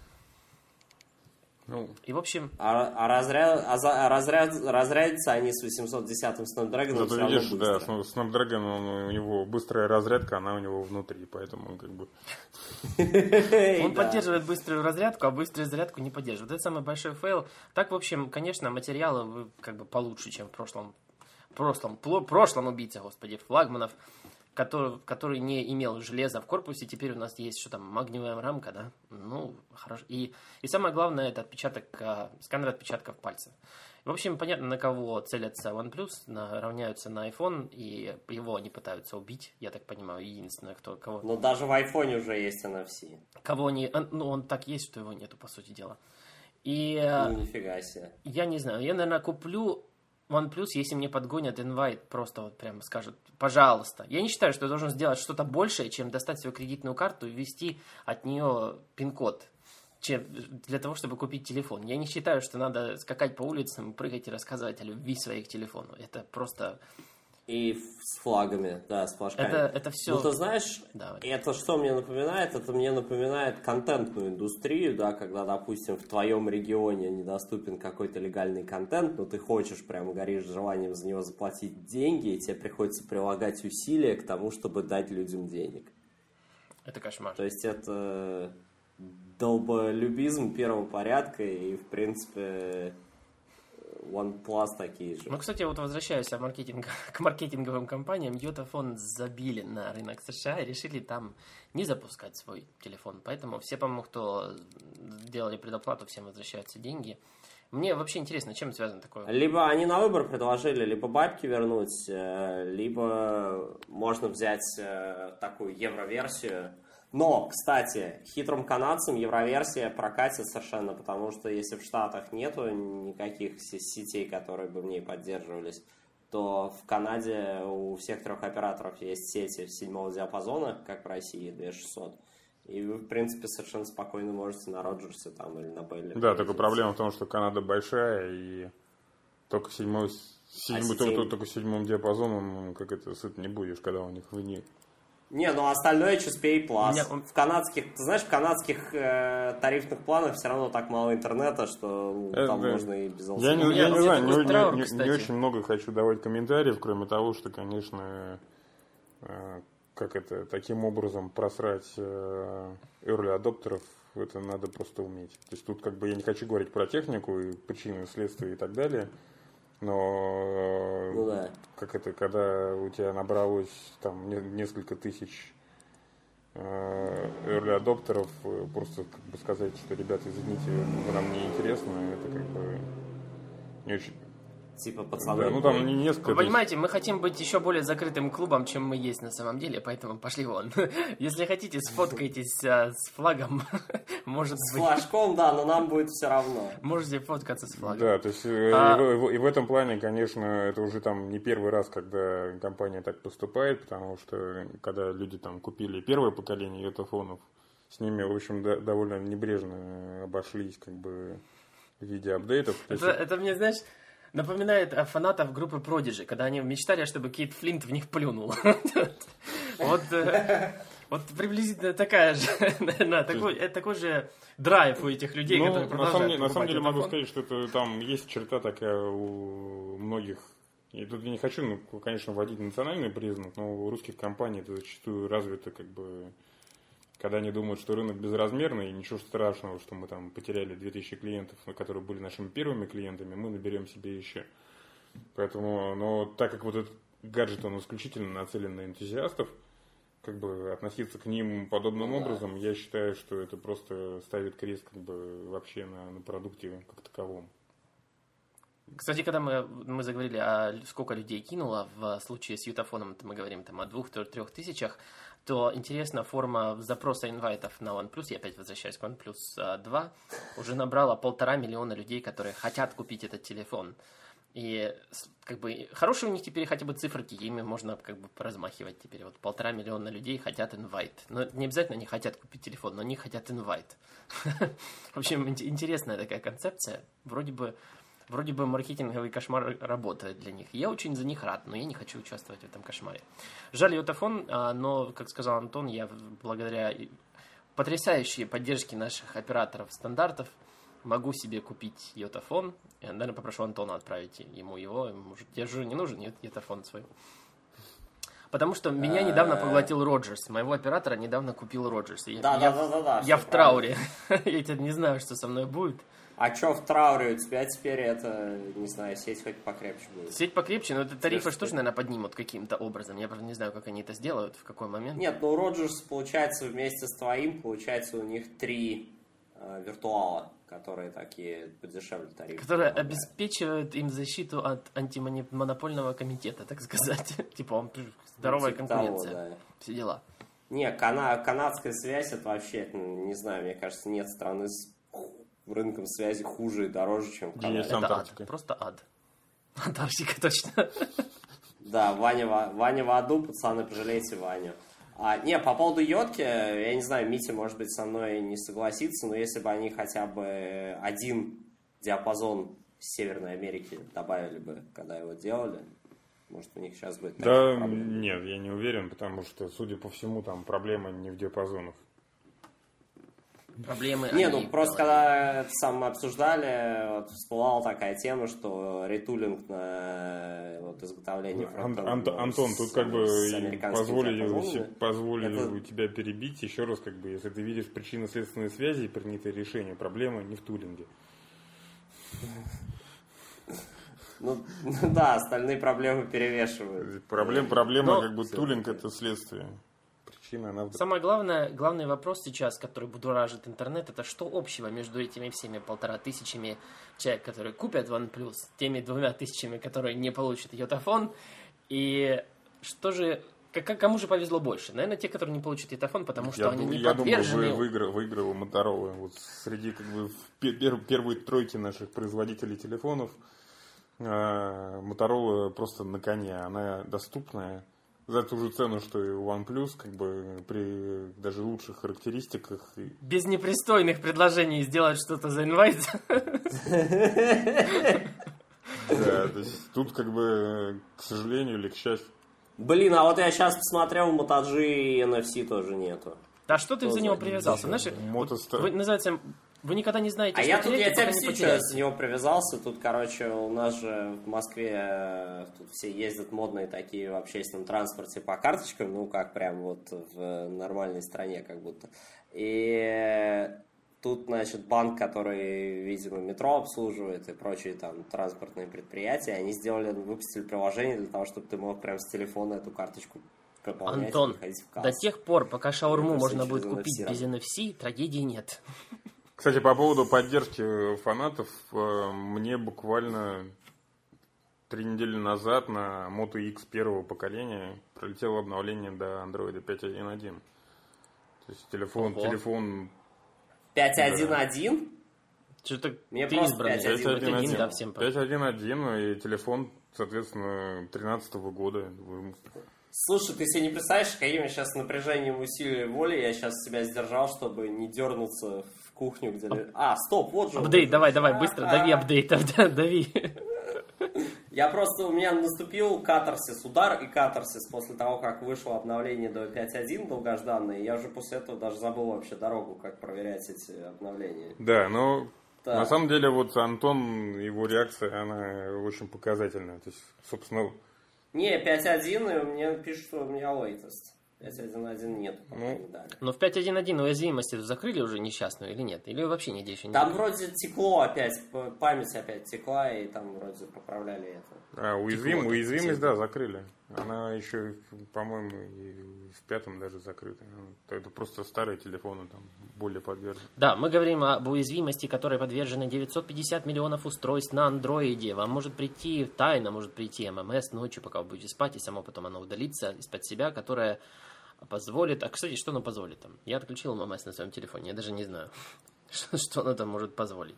[SPEAKER 3] Ну,
[SPEAKER 1] И, в общем,
[SPEAKER 2] А, а, разряд, а, за- а разряд, разрядятся они с восемьсот десятым Snapdragon
[SPEAKER 3] зато
[SPEAKER 2] все равно
[SPEAKER 3] видишь, да,
[SPEAKER 2] быстро.
[SPEAKER 3] с Snapdragon, он- у него быстрая разрядка, она у него внутри, поэтому как бы...
[SPEAKER 1] он
[SPEAKER 2] Да.
[SPEAKER 1] поддерживает быструю разрядку, а быструю зарядку не поддерживает. Это самый большой фейл. Так, в общем, конечно, материалы вы как бы получше, чем в прошлом, прошлом, пло- прошлом убийце, господи, флагманов, который, который не имел железа в корпусе. Теперь у нас есть, что там, магниевая рамка, да? Ну, хорошо. И, и самое главное, это отпечаток, а, сканер отпечатков пальцев. В общем, понятно, на кого целятся OnePlus, на, равняются на iPhone, и его они пытаются убить, я так понимаю, единственное, кто, кого...
[SPEAKER 2] Но даже в айфоне уже есть эн эф си.
[SPEAKER 1] Кого они... а, Ну, он так есть, что его нету, по сути дела. И э,
[SPEAKER 2] Ну, нифига себе.
[SPEAKER 1] я не знаю, я, наверное, куплю OnePlus, если мне подгонят инвайт, просто вот прям скажут, пожалуйста. Я не считаю, что я должен сделать что-то большее, чем достать свою кредитную карту и ввести от нее пин-код, чем для того, чтобы купить телефон. Я не считаю, что надо скакать по улицам, прыгать и рассказывать о любви своей к телефону. Это просто...
[SPEAKER 2] И с флагами, да, с флажками.
[SPEAKER 1] Это, это все...
[SPEAKER 2] Ну, ты знаешь,
[SPEAKER 1] Давай.
[SPEAKER 2] это что мне напоминает? Это мне напоминает контентную индустрию, да, когда, допустим, в твоем регионе недоступен какой-то легальный контент, но ты хочешь, прям горишь желанием за него заплатить деньги, и тебе приходится прилагать усилия к тому, чтобы дать людям денег.
[SPEAKER 1] Это кошмар.
[SPEAKER 2] То есть это долболюбизм первого порядка, и, в принципе... OnePlus такие же.
[SPEAKER 1] Ну, кстати, вот возвращаясь к, маркетинг, к маркетинговым компаниям, Yotaphone забили на рынок США и решили там не запускать свой телефон. Поэтому все, по-моему, кто делали предоплату, всем возвращаются деньги. Мне вообще интересно, чем связано такое?
[SPEAKER 2] Либо они на выбор предложили, либо бабки вернуть, либо можно взять такую евроверсию. Но, кстати, хитрым канадцам евроверсия прокатит совершенно, потому что если в Штатах нету никаких сетей, которые бы в ней поддерживались, то в Канаде у всех трех операторов есть сети седьмого диапазона, как в России, две тысячи шестьсот. И вы, в принципе, совершенно спокойно можете на Роджерсе там или на Бейле.
[SPEAKER 3] Да, только проблема в том, что Канада большая, и только седьмой, седьмой,
[SPEAKER 2] а
[SPEAKER 3] только, только седьмым диапазоном, как это, сыт не будешь, когда у них в не...
[SPEAKER 2] Не, ну остальное эйч эс пи эй Plus.
[SPEAKER 1] Меня...
[SPEAKER 2] В канадских, ты знаешь, в канадских э, тарифных планах все равно так мало интернета, что это, там да. можно и без эл си ди.
[SPEAKER 3] Я не, я не знаю, не,
[SPEAKER 1] траур,
[SPEAKER 3] не, не, не очень много хочу давать комментариев, кроме того, что, конечно, э, как это, таким образом просрать э, early адоптеров, это надо просто уметь. То есть тут как бы я не хочу говорить про технику и причины, следствия и так далее. Но
[SPEAKER 2] ну, да.
[SPEAKER 3] как это, когда у тебя набралось там несколько тысяч э, early адоптеров, просто как бы сказать, что, ребята, извините, нам не интересно, это как бы не очень...
[SPEAKER 2] Типа пацаны.
[SPEAKER 3] Да, ну там не несколько.
[SPEAKER 1] Вы понимаете, мы хотим быть еще более закрытым клубом, чем мы есть на самом деле, поэтому пошли вон. Если хотите, сфоткайтесь а, с флагом, может
[SPEAKER 2] с
[SPEAKER 1] быть.
[SPEAKER 2] С флажком, да, но нам будет все равно.
[SPEAKER 1] Можете фоткаться с флагом.
[SPEAKER 3] Да, то есть а... и, в, и в этом плане, конечно, это уже там не первый раз, когда компания так поступает, потому что когда люди там купили первое поколение йотафонов, с ними, в общем, да, довольно небрежно обошлись, как бы в виде апдейтов.
[SPEAKER 1] Это, есть... это мне, знаешь, напоминает фанатов группы Prodigy, когда они мечтали, чтобы Кейт Флинт в них плюнул. Вот приблизительно такая же, такой же драйв у этих людей, которые продолжают.
[SPEAKER 3] На самом деле могу сказать, что это там есть черта такая у многих. И тут я не хочу, ну, конечно, вводить национальный признак, но у русских компаний это зачастую развито, как бы, когда они думают, что рынок безразмерный, и ничего страшного, что мы там потеряли две тысячи клиентов, которые были нашими первыми клиентами, мы наберем себе еще. Поэтому, но так как вот этот гаджет, он исключительно нацелен на энтузиастов, как бы относиться к ним подобным ну, образом, да. я считаю, что это просто ставит крест как бы вообще на, на продукте как таковом.
[SPEAKER 1] Кстати, когда мы, мы заговорили, о сколько людей кинуло в случае с Yotaphone, мы говорим там о двух-трех тысячах, то интересна форма запроса инвайтов на OnePlus, я опять возвращаюсь к OnePlus два, уже набрала полтора миллиона людей, которые хотят купить этот телефон. И как бы хорошие у них теперь хотя бы циферки, ими можно как бы поразмахивать теперь. Вот полтора миллиона людей хотят инвайт. Но не обязательно они хотят купить телефон, но они хотят инвайт. В общем, интересная такая концепция. Вроде бы Вроде бы маркетинговый кошмар работает для них. Я очень за них рад, но я не хочу участвовать в этом кошмаре. Жаль Yotaphone, но, как сказал Антон, я благодаря потрясающей поддержке наших операторов стандартов могу себе купить Yotaphone. Я, наверное, попрошу Антона отправить ему его. Может, я же не нужен Yotaphone свой. Потому что меня недавно поглотил Роджерс. Моего оператора недавно купил Роджерс.
[SPEAKER 2] Да, да, да, да, да.
[SPEAKER 1] Я в трауре. Я теперь не знаю, что со мной будет.
[SPEAKER 2] А что в трауре? У тебя теперь это, не знаю, сеть хоть покрепче будет.
[SPEAKER 1] Сеть покрепче, но это тарифы что же, наверное, поднимут каким-то образом. Я, правда, не знаю, как они это сделают, в какой момент.
[SPEAKER 2] Нет, ну у Роджерс, получается, вместе с твоим, получается, у них три э, виртуала, которые такие подешевле тарифы.
[SPEAKER 1] Которые обеспечивают им защиту от антимонопольного комитета, так сказать. Типа, он здоровая
[SPEAKER 2] типа
[SPEAKER 1] конкуренция.
[SPEAKER 2] Того, да.
[SPEAKER 1] Все дела.
[SPEAKER 2] Не, кана- канадская связь, это вообще, не знаю, мне кажется, нет страны с рынком связи хуже и дороже, чем в Канаде.
[SPEAKER 1] Это ад, просто ад. Антарктика, точно.
[SPEAKER 2] Да, Ваня, Ваня в аду, пацаны, пожалейте Ваню. А, не, по поводу йотки, я не знаю, Митя, может быть, со мной не согласится, но если бы они хотя бы один диапазон Северной Америки добавили бы, когда его делали, Может, у них сейчас будет...
[SPEAKER 3] Да, нет, я не уверен, потому что, судя по всему, там проблема не в диапазонах.
[SPEAKER 1] Проблемы...
[SPEAKER 2] Не, ну просто когда это сам обсуждали, вот, всплывала такая тема, что ретулинг на вот, изготовление
[SPEAKER 3] Ан-
[SPEAKER 2] фронтенда
[SPEAKER 3] Ан- Антон,
[SPEAKER 2] с,
[SPEAKER 3] тут как бы позволю,
[SPEAKER 2] диапазонами.
[SPEAKER 3] позволю
[SPEAKER 2] это...
[SPEAKER 3] тебя перебить еще раз, как бы, если ты видишь причинно-следственные связи и принятые решения, проблема не в тулинге.
[SPEAKER 2] Ну, да, остальные проблемы перевешивают.
[SPEAKER 3] Проблем, проблема,
[SPEAKER 1] Но...
[SPEAKER 3] как бы, тулинг это следствие. Причина, она...
[SPEAKER 1] Самое главное, главный вопрос сейчас, который будоражит интернет, это что общего между этими всеми полтора тысячами человек, которые купят OnePlus, теми двумя тысячами, которые не получат йотафон, и что же, как, кому же повезло больше? Наверное, те, которые не получат йотафон, потому что
[SPEAKER 3] я
[SPEAKER 1] они не
[SPEAKER 3] я
[SPEAKER 1] подвержены...
[SPEAKER 3] Я думаю, выиграл, выиграл Motorola. Вот среди как бы, пер, первой тройки наших производителей телефонов Motorola просто на коне. Она доступная за ту же цену, что и у OnePlus, как бы при даже лучших характеристиках.
[SPEAKER 1] Без непристойных предложений сделать что-то за инвайт.
[SPEAKER 3] Да, то есть тут как бы, к сожалению или к счастью.
[SPEAKER 2] Блин, а вот я сейчас посмотрел, в Moto G эн эф си тоже нету.
[SPEAKER 1] Да что ты за него привязался? Знаешь, вот, вы, называется, вы никогда не знаете,
[SPEAKER 2] а
[SPEAKER 1] что
[SPEAKER 2] я тут, я тебе
[SPEAKER 1] объясню,
[SPEAKER 2] что я за него привязался. Тут, короче, у нас же в Москве тут все ездят модные такие в общественном транспорте по карточкам, ну, как прям вот в нормальной стране как будто. И тут, значит, банк, который, видимо, метро обслуживает и прочие там транспортные предприятия, они сделали, выпустили приложение для того, чтобы ты мог прям с телефона эту карточку пополнять.
[SPEAKER 1] Антон,
[SPEAKER 2] и ходить в кассу.
[SPEAKER 1] до тех пор, пока шаурму
[SPEAKER 2] Это
[SPEAKER 1] можно
[SPEAKER 2] все
[SPEAKER 1] будет
[SPEAKER 2] через
[SPEAKER 1] купить
[SPEAKER 2] эн эф си
[SPEAKER 1] без эн эф си, трагедии нет.
[SPEAKER 3] Кстати, по поводу поддержки фанатов, мне буквально три недели назад на Moto X первого поколения пролетело обновление до Android пять точка один точка один. То есть телефон, телефон...
[SPEAKER 2] пять точка один точка один?
[SPEAKER 1] Что-то
[SPEAKER 2] Мне
[SPEAKER 1] ты
[SPEAKER 2] просто
[SPEAKER 1] избранный.
[SPEAKER 2] пять точка один точка один,
[SPEAKER 1] да, всем
[SPEAKER 3] пять точка один точка один и телефон, соответственно, тринадцатого года.
[SPEAKER 2] Слушай, ты себе не представляешь, каким я сейчас напряжением усилия воли я сейчас себя сдержал, чтобы не дернуться в кухню, где... А, стоп, вот же...
[SPEAKER 1] Апдейт, давай, давай, быстро, дави апдейт, дави.
[SPEAKER 2] Я просто, у меня наступил катарсис, удар и катарсис после того, как вышло обновление до пять точка один долгожданное. Я уже после этого даже забыл вообще дорогу, как проверять эти обновления.
[SPEAKER 3] Да, но
[SPEAKER 2] так.
[SPEAKER 3] На самом деле вот Антон, его реакция, она очень показательная. То есть, собственно...
[SPEAKER 2] Не, пять точка один, и мне пишут, что у меня latest. пять точка один точка один нет.
[SPEAKER 3] Ну,
[SPEAKER 1] но в пять точка один точка один уязвимость закрыли уже несчастную или нет? Или вообще нигде еще не
[SPEAKER 2] Там
[SPEAKER 1] закрыли?
[SPEAKER 2] вроде текло опять, память опять текла, и там вроде поправляли это.
[SPEAKER 3] А, уязвим,
[SPEAKER 1] Текло,
[SPEAKER 3] уязвимость, да, закрыли. Она еще, по-моему, и в пятом даже закрыта. Это просто старые телефоны, там, более подвержены.
[SPEAKER 1] Да, мы говорим об уязвимости, которой подвержены девятьсот пятьдесят миллионов устройств на андроиде. Вам может прийти тайно, может прийти эм эм эс ночью, пока вы будете спать, и само потом оно удалится из-под себя, которое позволит... А, кстати, что оно позволит там? Я отключил эм эм эс на своем телефоне, я даже не знаю, что оно там может позволить.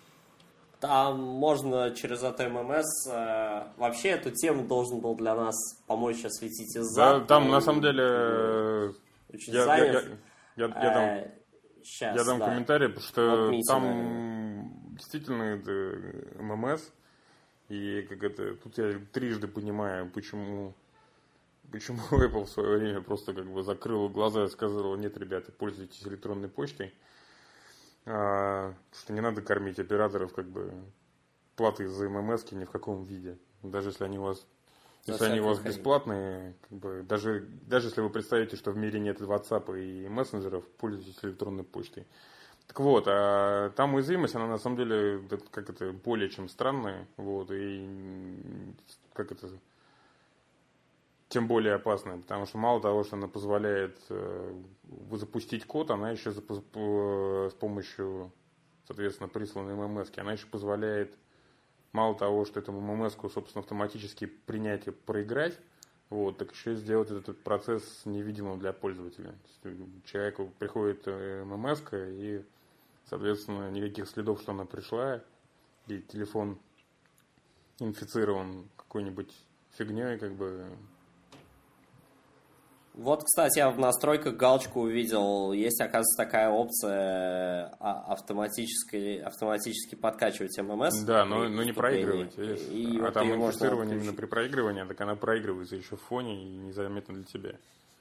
[SPEAKER 2] Там можно через это эм эм эс... Э, вообще эту тему должен был для нас помочь осветить из-за...
[SPEAKER 3] Да, там на самом деле...
[SPEAKER 2] Очень
[SPEAKER 3] я,
[SPEAKER 2] занят.
[SPEAKER 3] я, я, я, я дам,
[SPEAKER 2] э, сейчас,
[SPEAKER 3] я дам
[SPEAKER 2] да.
[SPEAKER 3] комментарий, потому что
[SPEAKER 2] Вот Митя,
[SPEAKER 3] там
[SPEAKER 2] наверное.
[SPEAKER 3] действительно это эм эм эс. И как это... Тут я трижды понимаю, почему... Почему Apple в свое время просто как бы закрыла глаза и сказала: нет, ребята, пользуйтесь электронной почтой. А, что не надо кормить операторов как бы платой за эм эм эс ни в каком виде. Даже если они у вас, если они у вас бесплатные, как бы, даже, даже если вы представите, что в мире нет WhatsApp и мессенджеров, пользуйтесь электронной почтой. Так вот, а там уязвимость, она на самом деле как это, более чем странная. Вот, и как это... Тем более опасная, потому что мало того, что она позволяет э, запустить код, она еще запу- с помощью, соответственно, присланной эм эм эс, она еще позволяет, мало того, что этому эм эм эс-ку, собственно, автоматически принять и проиграть, вот, так еще сделать этот процесс невидимым для пользователя. То есть, человеку приходит эм эм эс, и, соответственно, никаких следов, что она пришла, и телефон инфицирован какой-нибудь фигней, как бы...
[SPEAKER 2] Вот, кстати, я в настройках галочку увидел. Есть, оказывается, такая опция автоматически, автоматически подкачивать эм эм эс.
[SPEAKER 3] Да, но, но не проигрывать.
[SPEAKER 2] И
[SPEAKER 3] а
[SPEAKER 2] вот
[SPEAKER 3] там инфицирование именно при проигрывании, так она проигрывается еще в фоне и незаметно для тебя.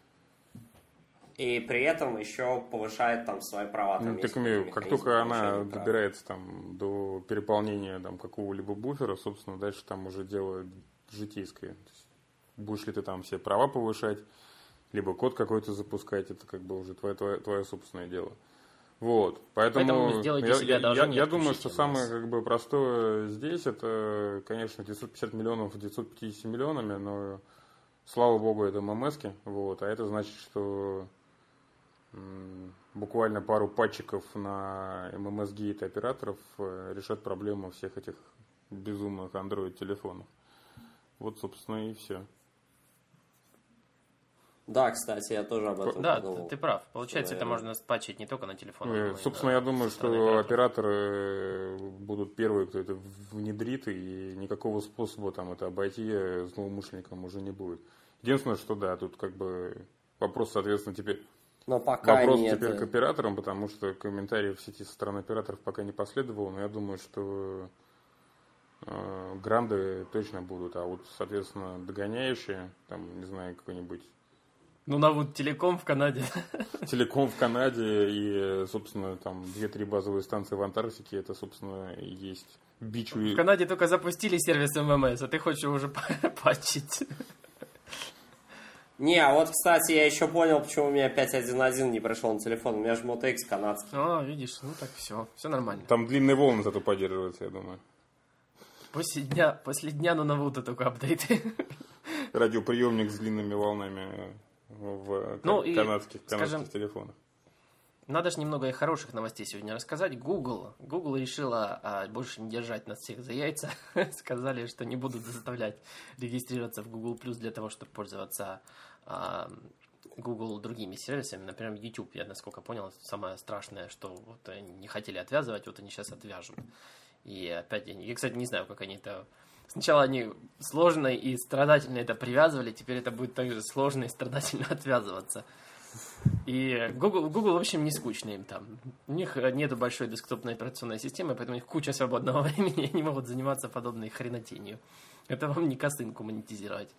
[SPEAKER 2] И при этом еще повышает там свои права. Там
[SPEAKER 3] ну, так имею, как только она добирается там, до переполнения там, какого-либо буфера, собственно, дальше там уже дело житейское. Будешь ли ты там все права повышать, либо код какой-то запускать, это как бы уже твое, твое, твое собственное дело. Вот, поэтому, поэтому я, себя я, я, я думаю, что самое как бы простое здесь, это, конечно, девятьсот пятьдесят миллионов девятьсот пятьдесят миллионами, но, слава богу, это эм эм эс-ки, вот, а это значит, что м, буквально пару патчиков на эм эм эс-гейт операторов решат проблему всех этих безумных Android-телефонов. Вот, собственно, и все.
[SPEAKER 2] Да, кстати, я тоже об этом
[SPEAKER 1] да,
[SPEAKER 2] подумал.
[SPEAKER 1] Да, ты прав. Получается, это можно спатчить не только на телефон.
[SPEAKER 3] Э, собственно, я думаю, что операторы будут первые, кто это внедрит, и никакого способа там это обойти злоумышленникам уже не будет. Единственное, что да, тут как бы вопрос, соответственно, теперь...
[SPEAKER 2] Но пока
[SPEAKER 3] вопрос
[SPEAKER 2] нет.
[SPEAKER 3] теперь к операторам, потому что комментариев в сети со стороны операторов пока не последовало, но я думаю, что э, гранды точно будут, а вот, соответственно, догоняющие, там, не знаю, какой-нибудь
[SPEAKER 1] Ну, Навуд Телеком в Канаде.
[SPEAKER 3] Телеком в Канаде и, собственно, там две-три базовые станции в Антарктике, это, собственно, и есть бич.
[SPEAKER 1] В Канаде только запустили сервис эм эм эс, а ты хочешь его уже патчить.
[SPEAKER 2] Не, а вот, кстати, я еще понял, почему у меня пять один один не пришел на телефон. У меня же Moto X канадский.
[SPEAKER 1] А, видишь, ну так все, все нормально.
[SPEAKER 3] Там длинные волны зато поддерживаются, я думаю.
[SPEAKER 1] После дня, после дня на Навута только апдейты.
[SPEAKER 3] Радиоприемник с длинными волнами в
[SPEAKER 1] ну,
[SPEAKER 3] канадских,
[SPEAKER 1] и,
[SPEAKER 3] канадских
[SPEAKER 1] скажем,
[SPEAKER 3] телефонах.
[SPEAKER 1] Надо же немного и хороших новостей сегодня рассказать. Google, Google решила а, больше не держать нас всех за яйца. Сказали, что не будут заставлять регистрироваться в Google Plus для того, чтобы пользоваться а, Google другими сервисами. Например, YouTube, я насколько понял, самое страшное, что вот они не хотели отвязывать, вот они сейчас отвяжут. И опять, я, кстати, не знаю, как они это... Сначала они сложно и страдательно это привязывали, теперь это будет также сложно и страдательно отвязываться. И Google, Google, в общем, не скучно им там. У них нет большой десктопной операционной системы, поэтому у них куча свободного времени, и они могут заниматься подобной хренотенью. Это вам не косынку монетизировать.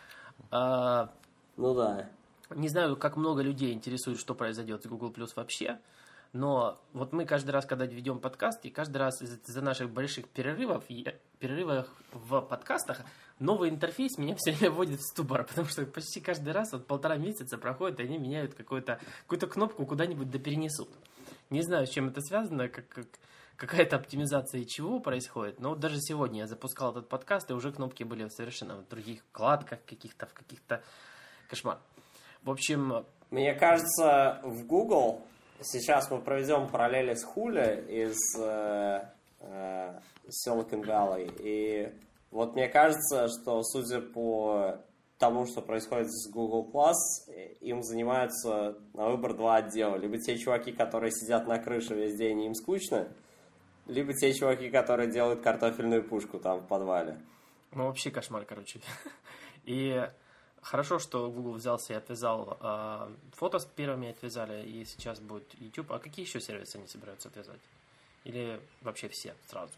[SPEAKER 1] А,
[SPEAKER 2] ну да.
[SPEAKER 1] Не знаю, как много людей интересует, что произойдет с Google Plus вообще, но вот мы каждый раз, когда ведем подкаст, и каждый раз из-за наших больших перерывов, перерывов в подкастах, новый интерфейс меня все время вводит в ступор, потому что почти каждый раз вот полтора месяца проходит, и они меняют какую-то, какую-то кнопку куда-нибудь да перенесут. Не знаю, с чем это связано, как, как, какая-то оптимизация чего происходит, но вот даже сегодня я запускал этот подкаст, и уже кнопки были совершенно в других вкладках, каких-то, в каких-то кошмар. В общем...
[SPEAKER 2] Мне кажется, в Google... Сейчас мы проведем параллели с Хули из э, э, Silicon Valley. И вот мне кажется, что судя по тому, что происходит с Google Plus, им занимаются на выбор два отдела. Либо те чуваки, которые сидят на крыше весь день и им скучно, либо те чуваки, которые делают картофельную пушку там в подвале.
[SPEAKER 1] Ну, вообще кошмар, короче. И... Хорошо, что Google взялся и отвязал э, фото с первыми отвязали, и сейчас будет YouTube. А какие еще сервисы они собираются отвязать? Или вообще все сразу?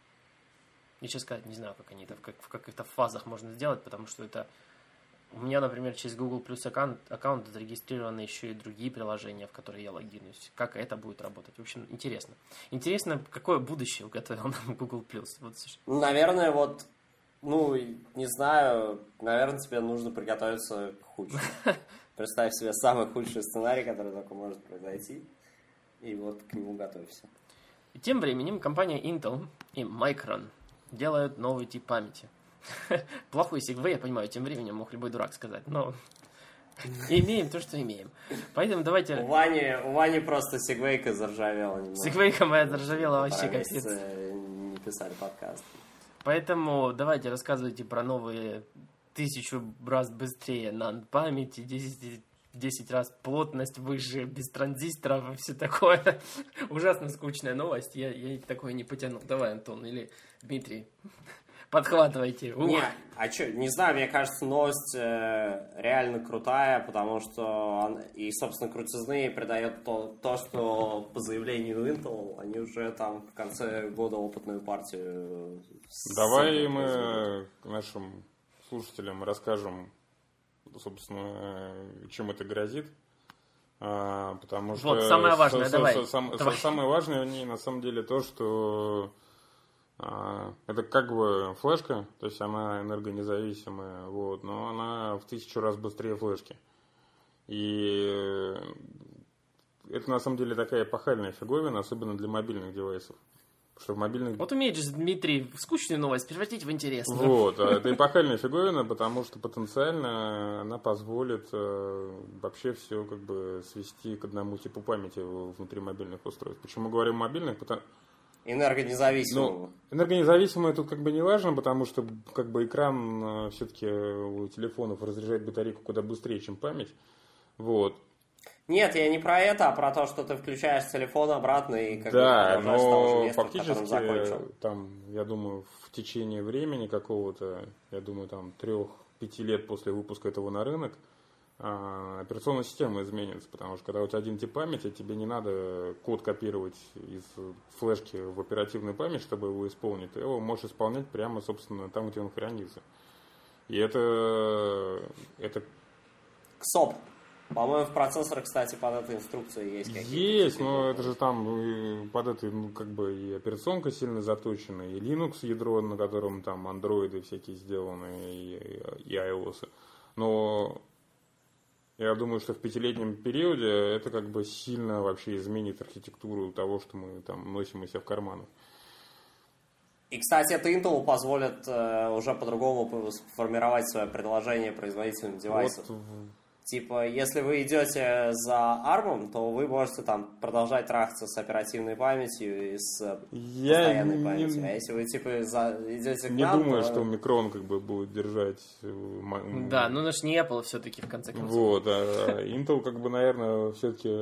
[SPEAKER 1] Я сейчас сказать не знаю, как они это в, как, в каких-то фазах можно сделать, потому что это... У меня, например, через Google Plus аккаунт, аккаунт зарегистрированы еще и другие приложения, в которые я логинусь. Как это будет работать? В общем, интересно. Интересно, какое будущее уготовил нам Google Plus. Вот.
[SPEAKER 2] Наверное, вот... Ну, не знаю, наверное, тебе нужно приготовиться к худшему. Представь себе самый худший сценарий, который только может произойти, и вот к нему готовься.
[SPEAKER 1] И тем временем компания Intel и Micron делают новый тип памяти. Плохой сегвей, я понимаю, тем временем мог любой дурак сказать, но имеем то, что имеем. Поэтому давайте...
[SPEAKER 2] У Вани, у Вани просто сегвейка заржавела немного.
[SPEAKER 1] Сегвейка моя заржавела вообще как
[SPEAKER 2] пиц. Не писали подкаст.
[SPEAKER 1] Поэтому давайте рассказывайте про новые тысячу раз быстрее NAND памяти, десять, десять раз плотность выше, без транзисторов и все такое. Ужасно скучная новость, я, я такое не потяну. Давай, Антон или Дмитрий, Подхватывайте. Ух.
[SPEAKER 2] Не, а что, не знаю, мне кажется, новость э, реально крутая, потому что он, и, собственно, крутизны придает то, то, что по заявлению Intel они уже там в конце года опытную партию...
[SPEAKER 3] Давай мы нашим слушателям расскажем, собственно, чем это грозит. А, потому что
[SPEAKER 1] вот, самое важное,
[SPEAKER 3] с,
[SPEAKER 1] давай.
[SPEAKER 3] С, сам,
[SPEAKER 1] давай.
[SPEAKER 3] Самое важное в ней на самом деле то, что а, это как бы флешка, то есть она энергонезависимая, вот, но она в тысячу раз быстрее флешки. И это на самом деле такая эпохальная фиговина, особенно для мобильных девайсов. Что в мобильных...
[SPEAKER 1] Вот умеет же Дмитрий скучную новость превратить в интересную.
[SPEAKER 3] Вот, это эпохальная фиговина, потому что потенциально она позволит э, вообще все как бы свести к одному типу памяти внутри мобильных устройств. Почему мы говорим мобильных? Потому...
[SPEAKER 2] Энергонезависимого.
[SPEAKER 3] Ну, энергонезависимое тут как бы не важно, потому что как бы экран э, все-таки у телефонов разряжает батарейку куда быстрее, чем память. Вот.
[SPEAKER 2] Нет, я не про это, а про то, что ты включаешь телефон обратно и как
[SPEAKER 3] да,
[SPEAKER 2] бы продолжаешь с того же
[SPEAKER 3] но
[SPEAKER 2] места, в котором
[SPEAKER 3] фактически
[SPEAKER 2] закончил.
[SPEAKER 3] там, я думаю, в течение времени какого-то, я думаю, там трех-пяти лет после выпуска этого на рынок, а, операционная система изменится, потому что когда у тебя один тип памяти, тебе не надо код копировать из флешки в оперативную память, чтобы его исполнить, ты его можешь исполнять прямо, собственно, там, где он хранится. И это... это...
[SPEAKER 2] ксоп. По-моему, в процессорах, кстати, под этой инструкцией есть какие-то.
[SPEAKER 3] Есть, но это же там под этой, ну, как бы и операционка сильно заточена, и Linux ядро, на котором там андроиды всякие сделаны, и, и iOS. Но я думаю, что в пятилетнем периоде это как бы сильно вообще изменит архитектуру того, что мы там носим у себя в карманах.
[SPEAKER 2] И, кстати, это Intel позволит э, уже по-другому формировать свое предложение производителям девайсов. Вот. Типа, если вы идете за арм, то вы можете там продолжать трахаться с оперативной памятью и с Я постоянной не, памятью. А если вы типа за, идете к
[SPEAKER 3] не
[SPEAKER 2] нам,
[SPEAKER 3] думаю,
[SPEAKER 2] то...
[SPEAKER 3] что Micron как бы будет держать.
[SPEAKER 1] Да, ну наш не Apple все-таки в конце концов.
[SPEAKER 3] Вот, а Intel как бы, наверное, все-таки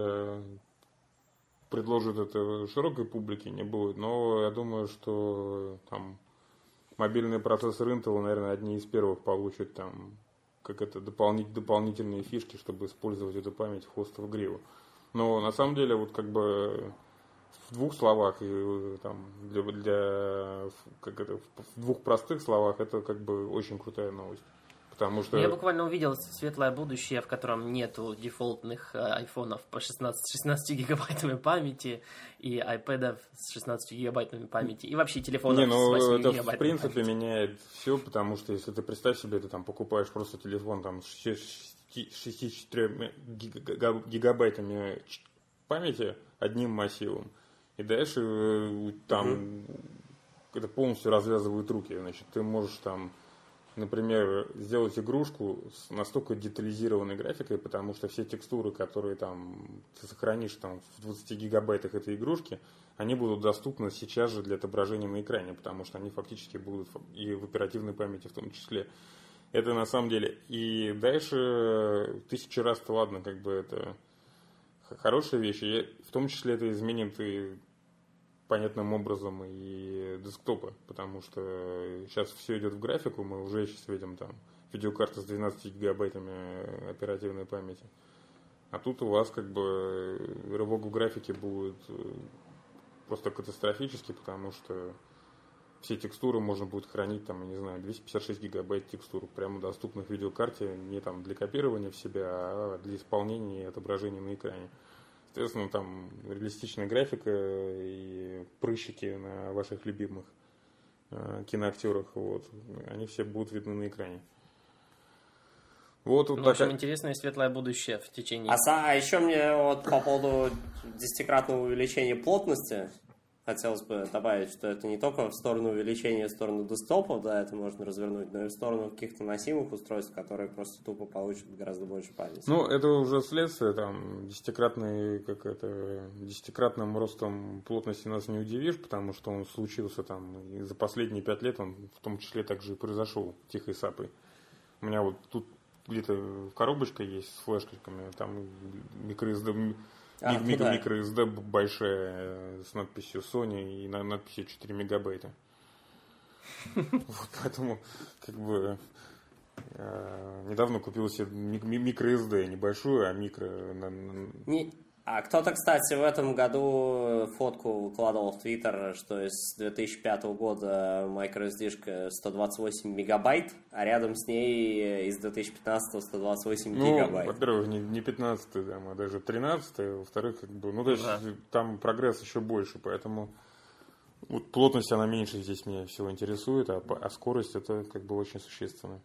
[SPEAKER 3] предложит это широкой публике, не будет. Но я думаю, что там мобильные процессоры Intel, наверное, одни из первых получат там как это дополнить, дополнительные фишки, чтобы использовать эту память в хостовую гриву. Но на самом деле, вот как бы в двух словах, и, там, для, для, как это, в двух простых словах, это как бы очень крутая новость. Потому что...
[SPEAKER 1] Я буквально увидел светлое будущее, в котором нету дефолтных айфонов по шестнадцать гигабайтами памяти и айпэдов с шестнадцатью гигабайтами памяти и вообще телефонов
[SPEAKER 3] Не, ну,
[SPEAKER 1] с восьмью
[SPEAKER 3] это
[SPEAKER 1] гигабайтами
[SPEAKER 3] в принципе
[SPEAKER 1] памяти.
[SPEAKER 3] Меняет все, потому что если ты представь себе, ты там покупаешь просто телефон там, с шестьдесят четырьмя гигабайтами памяти одним массивом, и дальше там mm-hmm. это полностью развязывает руки. Значит, ты можешь там, например, сделать игрушку с настолько детализированной графикой, потому что все текстуры, которые там ты сохранишь там в двадцати гигабайтах этой игрушки, они будут доступны сейчас же для отображения на экране, потому что они фактически будут и в оперативной памяти в том числе. Это на самом деле. И дальше тысячи раз-то ладно, как бы это хорошая вещь. И в том числе это изменит и понятным образом и десктопы, потому что сейчас все идет в графику, мы уже сейчас видим там видеокарты с двенадцатью гигабайтами оперативной памяти. А тут у вас как бы рывок в графике будет просто катастрофический, потому что все текстуры можно будет хранить там, я не знаю, двести пятьдесят шесть гигабайт текстур, прямо доступных в видеокарте, не там для копирования в себя, а для исполнения и отображения на экране. Соответственно, там реалистичная графика и прыщики на ваших любимых э, киноактерах, вот, они все будут видны на экране. Вот, вот
[SPEAKER 1] ну,
[SPEAKER 3] такая...
[SPEAKER 1] в общем, интересное светлое будущее в течение...
[SPEAKER 2] А, а еще мне вот по поводу десятикратного увеличения плотности хотелось бы добавить, что это не только в сторону увеличения, в сторону десктопов, да, это можно развернуть, но и в сторону каких-то носимых устройств, которые просто тупо получат гораздо больше памяти.
[SPEAKER 3] Ну, это уже следствие, там, десятикратный, как это, десятикратным ростом плотности нас не удивишь, потому что он случился там, и за последние пять лет он в том числе также и произошел тихой сапой. У меня вот тут где-то коробочка есть с флешками, там microSD, а, микро, microSD большая с надписью Sony и надписью четыре мегабайта. Вот поэтому, как бы, э, недавно купил себе микро-эс ди, небольшую, а микро...
[SPEAKER 2] Не... А кто-то, кстати, в этом году фотку выкладывал в Твиттер, что из две тысячи пятого года microSD-шка сто двадцать восемь мегабайт, а рядом с ней из две тысячи пятнадцатого сто двадцать восемь
[SPEAKER 3] ну,
[SPEAKER 2] гигабайт.
[SPEAKER 3] Во-первых, не, не пятнадцатый, там, а даже тринадцатый, во-вторых, как бы, ну, то есть да. Там прогресс еще больше, поэтому вот плотность, она меньше здесь меня всего интересует, а, а скорость это как бы очень существенно.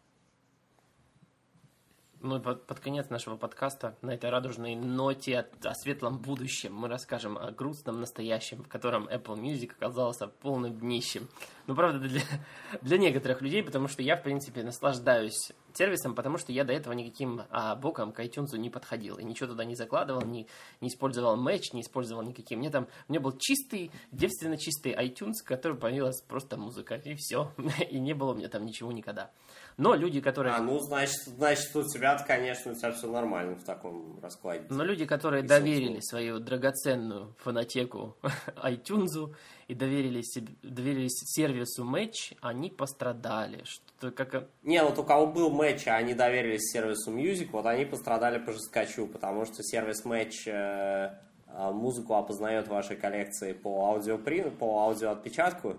[SPEAKER 1] Ну и под, под конец нашего подкаста на этой радужной ноте о, о светлом будущем мы расскажем о грустном настоящем, в котором Apple Music оказался полным днищем. Ну, правда, для, для некоторых людей, потому что я, в принципе, наслаждаюсь сервисом, потому что я до этого никаким а, боком к iTunes не подходил. И ничего туда не закладывал, не, не использовал Match, не использовал никаким. Мне там, у меня был чистый, девственно чистый iTunes, в котором появилась просто музыка, и все. И не было у меня там ничего никогда. Но люди, которые...
[SPEAKER 2] А, ну, значит, значит у тебя, конечно, у тебя все нормально в таком раскладе.
[SPEAKER 1] Но люди, которые и доверили свою драгоценную фонотеку iTunes и доверили, себе, доверили сервису Match, они пострадали. Что, как...
[SPEAKER 2] Не, вот у кого был Match, а они доверились сервису Music, вот они пострадали по жесткачу, потому что сервис Match э, э, музыку опознает в вашей коллекции по аудиоприн, по аудиоотпечатку,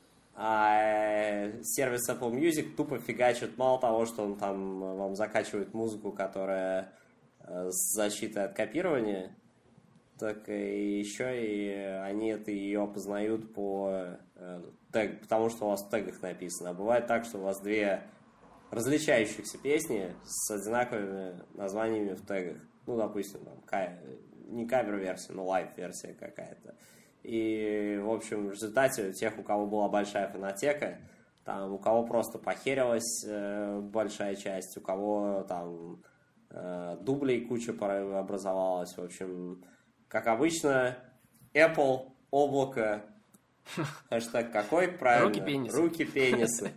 [SPEAKER 2] а сервис Apple Music тупо фигачит, мало того, что он там вам закачивает музыку, которая с защитой от копирования, так и еще и они это ее опознают по тег, потому что у вас в тегах написано. А бывает так, что у вас две различающихся песни с одинаковыми названиями в тегах. Ну, допустим, там, не кавер-версия, но лайв-версия какая-то. И, в общем, в результате тех, у кого была большая фонотека, там, у кого просто похерилась э, большая часть, у кого там э, дублей куча образовалась. В общем, как обычно, Apple, облако, хэштег какой, правильно?
[SPEAKER 1] Руки-пенисы.
[SPEAKER 2] Руки-пенисы.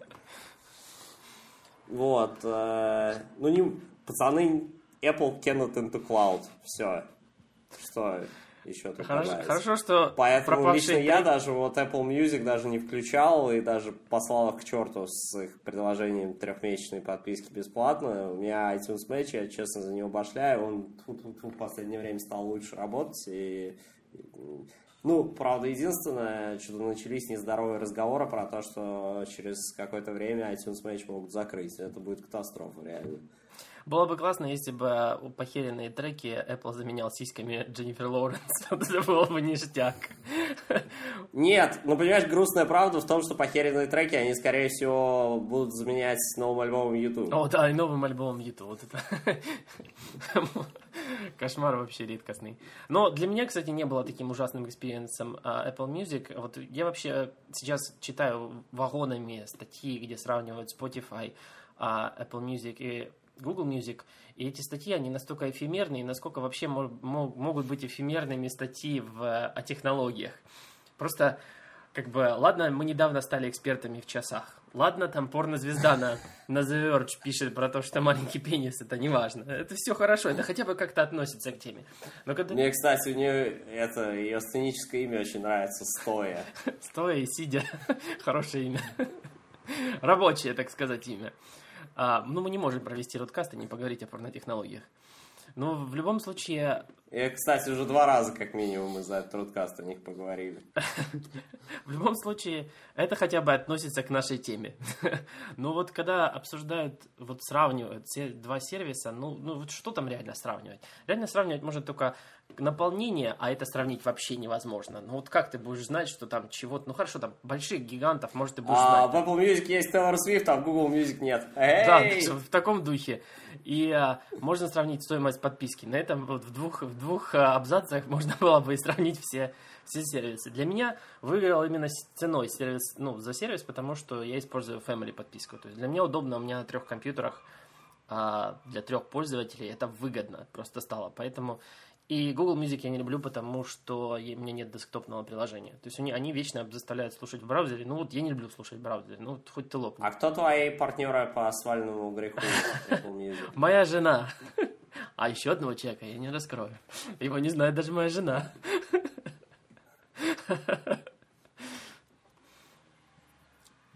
[SPEAKER 2] Вот. Э, ну, не... Пацаны, Apple cannot into cloud. Все. Что... еще тут
[SPEAKER 1] хорошо, хорошо, что
[SPEAKER 2] поэтому лично
[SPEAKER 1] треки...
[SPEAKER 2] я даже вот Apple Music даже не включал и даже послал их к черту с их предложением трехмесячной подписки бесплатно. У меня iTunes Match, я честно за него башляю, он в последнее время стал лучше работать. И... Ну, правда, единственное, что-то начались нездоровые разговоры про то, что через какое-то время iTunes Match могут закрыть. Это будет катастрофа, реально.
[SPEAKER 1] Было бы классно, если бы похеренные треки Apple заменял сиськами Дженнифер Лоуренс. Это было бы ништяк.
[SPEAKER 2] Нет, ну понимаешь, грустная правда в том, что похеренные треки, они, скорее всего, будут заменять новым альбомом YouTube.
[SPEAKER 1] О, да, и новым альбомом YouTube. Вот это кошмар вообще редкостный. Но для меня, кстати, не было таким ужасным экспириенсом Apple Music. Вот я вообще сейчас читаю вагонами статьи, где сравнивают Spotify, Apple Music и Google Music, и эти статьи, они настолько эфемерные, насколько вообще мог, мог, могут быть эфемерными статьи в, о технологиях. Просто, как бы, ладно, мы недавно стали экспертами в часах. Ладно, там порнозвезда на, на The Verge пишет про то, что маленький пенис, это не важно. Это все хорошо, это хотя бы как-то относится к теме. Но когда...
[SPEAKER 2] Мне, кстати, у нее это, ее сценическое имя очень нравится, Стоя.
[SPEAKER 1] Стоя и сидя. Хорошее имя. Рабочее, так сказать, имя. А, ну, мы не можем провести родкаст и не поговорить о порнотехнологиях. Но в любом случае...
[SPEAKER 2] И, кстати, уже два раза, как минимум, мы за этот родкаст о них поговорили.
[SPEAKER 1] В любом случае, это хотя бы относится к нашей теме. Но вот когда обсуждают, вот сравнивают два сервиса, ну, ну вот что там реально сравнивать? Реально сравнивать можно только наполнение, а это сравнить вообще невозможно. Ну вот как ты будешь знать, что там чего-то... Ну хорошо, там больших гигантов, может, ты будешь
[SPEAKER 2] а,
[SPEAKER 1] знать.
[SPEAKER 2] В Apple Music есть Taylor Swift, а в Google Music нет. Эй!
[SPEAKER 1] Да, в таком духе. И а, можно сравнить стоимость подписки. На этом вот в двух, в двух а, абзацах можно было бы сравнить все, все сервисы. Для меня выиграл именно ценой сервис, ну, за сервис, потому что я использую Family подписку. То есть для меня удобно, у меня на трех компьютерах а, для трех пользователей это выгодно просто стало. Поэтому и Google Music я не люблю, потому что у меня нет десктопного приложения. То есть они, они вечно заставляют слушать в браузере. Ну вот я не люблю слушать в браузере. Ну вот хоть ты лопни.
[SPEAKER 2] А кто твои партнеры по свальному греху Apple Music?
[SPEAKER 1] Моя жена. А еще одного человека я не раскрою. Его не знает даже моя жена.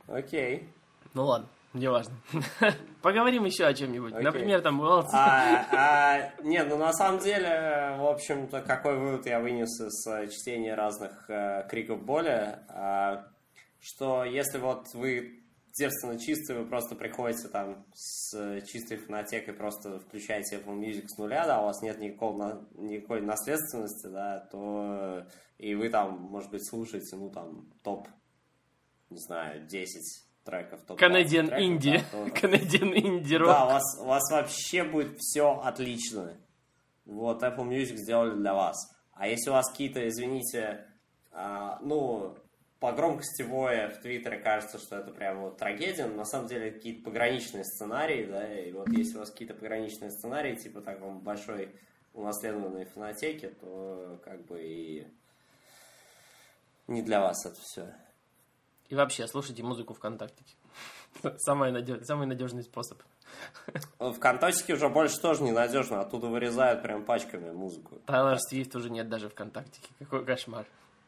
[SPEAKER 2] Окей.
[SPEAKER 1] Ну ладно, не важно. Поговорим еще о чем-нибудь.
[SPEAKER 2] Окей.
[SPEAKER 1] Например, там...
[SPEAKER 2] А, а, нет, ну на самом деле, в общем-то, какой вывод я вынес из э, чтения разных э, криков боли, э, что если вот вы девственно чистые, вы просто приходите там с чистой фонотекой, просто включаете Apple Music с нуля, да, у вас нет никакого, никакой наследственности, да, то и вы там, может быть, слушаете, ну там, топ, не знаю, десять треков, топ
[SPEAKER 1] Canadian Indie. Canadian Indie Rock.
[SPEAKER 2] Да, у вас, у вас вообще будет все отлично. Вот, Apple Music сделали для вас. А если у вас какие-то, извините, а, ну, по громкости воя в Твиттере кажется, что это прям вот трагедия, но на самом деле какие-то пограничные сценарии, да, и вот если у вас какие-то пограничные сценарии, типа такой большой унаследованной фонотеки, то как бы и не для вас это все.
[SPEAKER 1] И вообще, слушайте музыку ВКонтакте. Самый, надеж... Самый надежный способ.
[SPEAKER 2] ВКонтакте уже больше тоже ненадежно. Оттуда вырезают прям пачками музыку.
[SPEAKER 1] Тайлор Свифт уже нет даже ВКонтакте. Какой кошмар.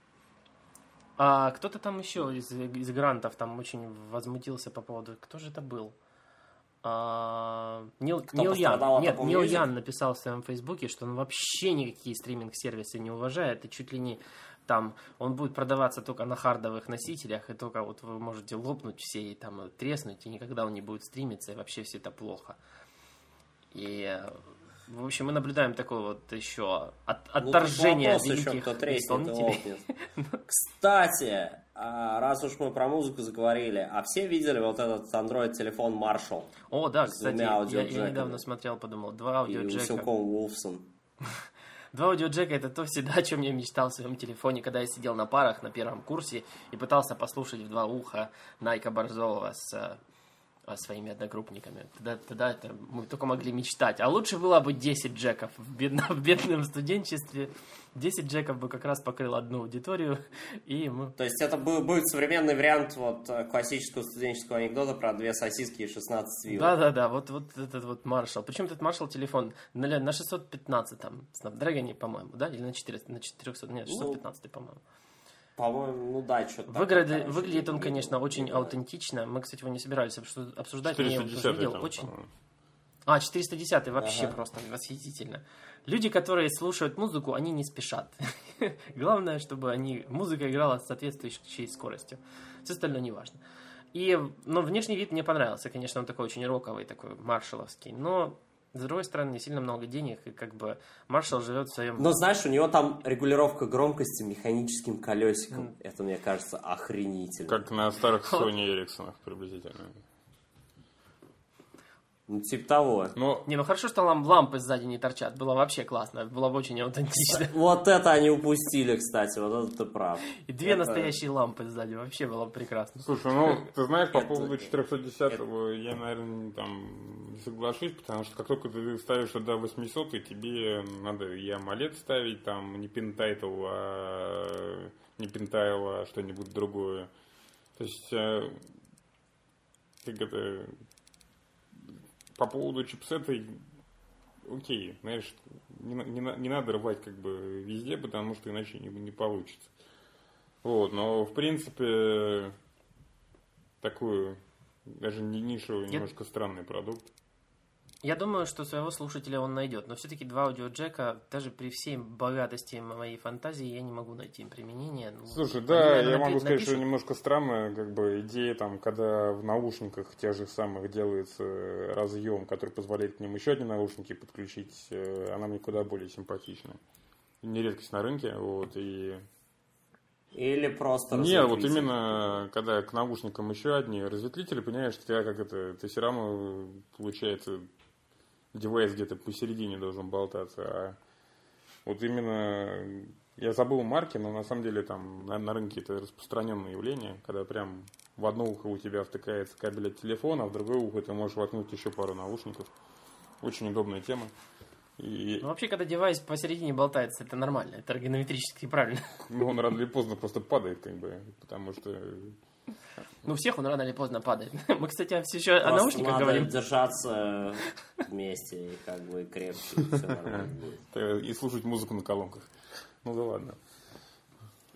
[SPEAKER 1] А кто-то там еще из, из грантов там очень возмутился по поводу... Кто же это был? А, Нил, Нил Ян. Нет, Нил Ян написал в своем фейсбуке, что он вообще никакие стриминг-сервисы не уважает. И чуть ли не... Там он будет продаваться только на хардовых носителях, и только вот вы можете лопнуть все и там треснуть, и никогда он не будет стримиться, и вообще все это плохо. И, в общем, мы наблюдаем такое вот еще от, отторжение
[SPEAKER 2] ну, великих
[SPEAKER 1] еще,
[SPEAKER 2] исполнителей. Кстати, раз уж мы про музыку заговорили, а все видели вот этот Android-телефон Marshall?
[SPEAKER 1] О, да, кстати, я, я недавно смотрел, подумал, два аудиоджека.
[SPEAKER 2] И Усилком Wolfson.
[SPEAKER 1] Два аудиоджека — это то всегда, о чем я мечтал в своем телефоне, когда я сидел на парах на первом курсе и пытался послушать в два уха Найка Борзова с своими одногруппниками. Тогда, тогда это мы только могли мечтать. А лучше было бы десять джеков. В бедном, в бедном студенчестве десять джеков бы как раз покрыл одну аудиторию. И мы...
[SPEAKER 2] То есть это будет современный вариант вот классического студенческого анекдота про две сосиски и шестнадцать вилок.
[SPEAKER 1] Да-да-да, вот, вот этот вот Marshall. Причем этот Marshall телефон на, на шестьсот пятнадцатом Snapdragon, по-моему, да? Или на четыреста, на четырехсот, нет, шестьсот пятнадцатый, по-моему.
[SPEAKER 2] По-моему, ну да, что-то
[SPEAKER 1] Выглядит, такое, выглядит он, конечно, очень да. аутентично. Мы, кстати, его не собирались обсуждать, но я его тоже видел. Там, очень... А, четыреста десятый вообще ага. просто восхитительно. Люди, которые слушают музыку, они не спешат. Главное, чтобы они музыка играла с соответствующей скоростью. Все остальное не важно. И, но внешний вид мне понравился. Конечно, он такой очень роковый, такой маршаловский. Но... С другой стороны, не сильно много денег, и как бы Marshall живет в своем...
[SPEAKER 2] Но знаешь, у него там регулировка громкости механическим колесиком. Mm. Это, мне кажется, охренительно.
[SPEAKER 3] Как на старых Sony Ericsson приблизительно.
[SPEAKER 2] Ну, типа того.
[SPEAKER 1] Но... Не, ну хорошо, что ламп, лампы сзади не торчат. Было вообще классно. Было бы очень аутентично.
[SPEAKER 2] Вот это они упустили, кстати. Вот это ты прав.
[SPEAKER 1] И две это... настоящие лампы сзади. Вообще было бы прекрасно.
[SPEAKER 3] Слушай, ну, ты знаешь, по поводу четыреста десятого я, наверное, там не соглашусь, потому что как только ты ставишь туда восемьсот, тебе надо и AMOLED ставить, там не пентайтл, а не пентайл, а что-нибудь другое. То есть, как это... По поводу чипсета, окей, знаешь, не, не, не надо рвать как бы везде, потому что иначе не, не получится. Вот, но в принципе такой даже не нишевый, немножко странный продукт.
[SPEAKER 1] Я думаю, что своего слушателя он найдет, но все-таки два аудиоджека, даже при всей богатости моей фантазии, я не могу найти им применение. Ну,
[SPEAKER 3] слушай, да, наверное, я напи- могу сказать, напишут... что немножко странная как бы идея, там, когда в наушниках тех же самых делается разъем, который позволяет к ним еще одни наушники подключить, она мне куда более симпатична. Не редкость на рынке, вот, и...
[SPEAKER 2] Или просто
[SPEAKER 3] нет, вот именно, когда к наушникам еще одни разветвители, понимаешь, у тебя как это, ты все равно, получается, девайс где-то посередине должен болтаться, а вот именно, я забыл марки, но на самом деле там на, на рынке это распространенное явление, когда прям в одно ухо у тебя втыкается кабель от телефона, а в другое ухо ты можешь воткнуть еще пару наушников. Очень удобная тема. И...
[SPEAKER 1] Ну, вообще, когда девайс посередине болтается, это нормально, это эргонометрически правильно.
[SPEAKER 3] Ну, он рано или поздно просто падает, как бы, потому что...
[SPEAKER 1] Ну, у всех он рано или поздно падает. Мы, кстати, все еще о наушниках
[SPEAKER 2] надо
[SPEAKER 1] говорим.
[SPEAKER 2] Держаться вместе, и как бы крепче, и все нормально будет.
[SPEAKER 3] И слушать музыку на колонках. Ну да ладно.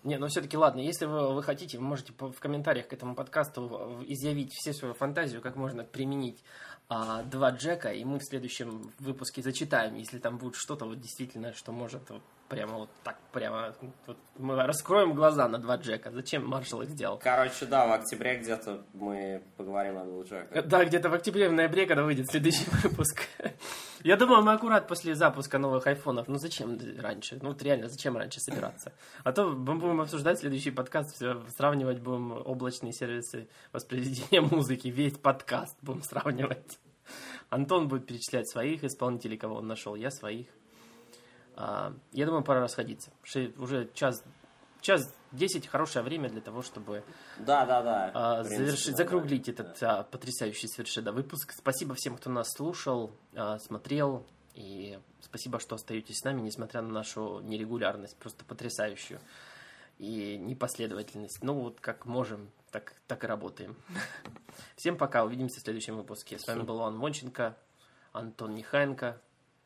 [SPEAKER 1] Не, ну все-таки ладно, если вы, вы хотите, вы можете в комментариях к этому подкасту изъявить всю свою фантазию, как можно применить а, два Джека, и мы в следующем выпуске зачитаем, если там будет что-то вот действительно, что может вот прямо вот так, прямо вот мы раскроем глаза на два Джека. Зачем Маршалл их сделал?
[SPEAKER 2] Короче, да, в октябре где-то мы поговорим о двух Джеках.
[SPEAKER 1] Да, где-то в октябре, в ноябре, когда выйдет следующий выпуск. Я думаю, мы аккурат после запуска новых айфонов. Ну зачем раньше? Ну вот реально, зачем раньше собираться? А то мы будем обсуждать следующий подкаст, все, сравнивать будем облачные сервисы воспроизведения музыки, весь подкаст будем сравнивать. Антон будет перечислять своих исполнителей, кого он нашел, я своих. А, я думаю, пора расходиться. Уже час, час десять, хорошее время для того, чтобы
[SPEAKER 2] да, да, да.
[SPEAKER 1] а,
[SPEAKER 2] принципе,
[SPEAKER 1] завершить,
[SPEAKER 2] да,
[SPEAKER 1] закруглить
[SPEAKER 2] да.
[SPEAKER 1] этот а, потрясающий совершенно выпуск. Спасибо всем, кто нас слушал, а, смотрел. И спасибо, что остаетесь с нами, несмотря на нашу нерегулярность, просто потрясающую. И непоследовательность. Ну вот как можем, так, так и работаем. Всем пока, увидимся в следующем выпуске. С вами был Иван Вонченко, Антон Нехаенко.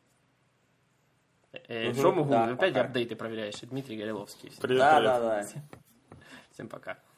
[SPEAKER 1] Э,
[SPEAKER 2] угу,
[SPEAKER 1] Шо могу?
[SPEAKER 2] да,
[SPEAKER 1] Опять
[SPEAKER 2] пока.
[SPEAKER 1] апдейты проверяешь. Дмитрий Гореловский.
[SPEAKER 3] Привет,
[SPEAKER 2] Да,
[SPEAKER 3] привет.
[SPEAKER 2] да, да.
[SPEAKER 1] Всем пока.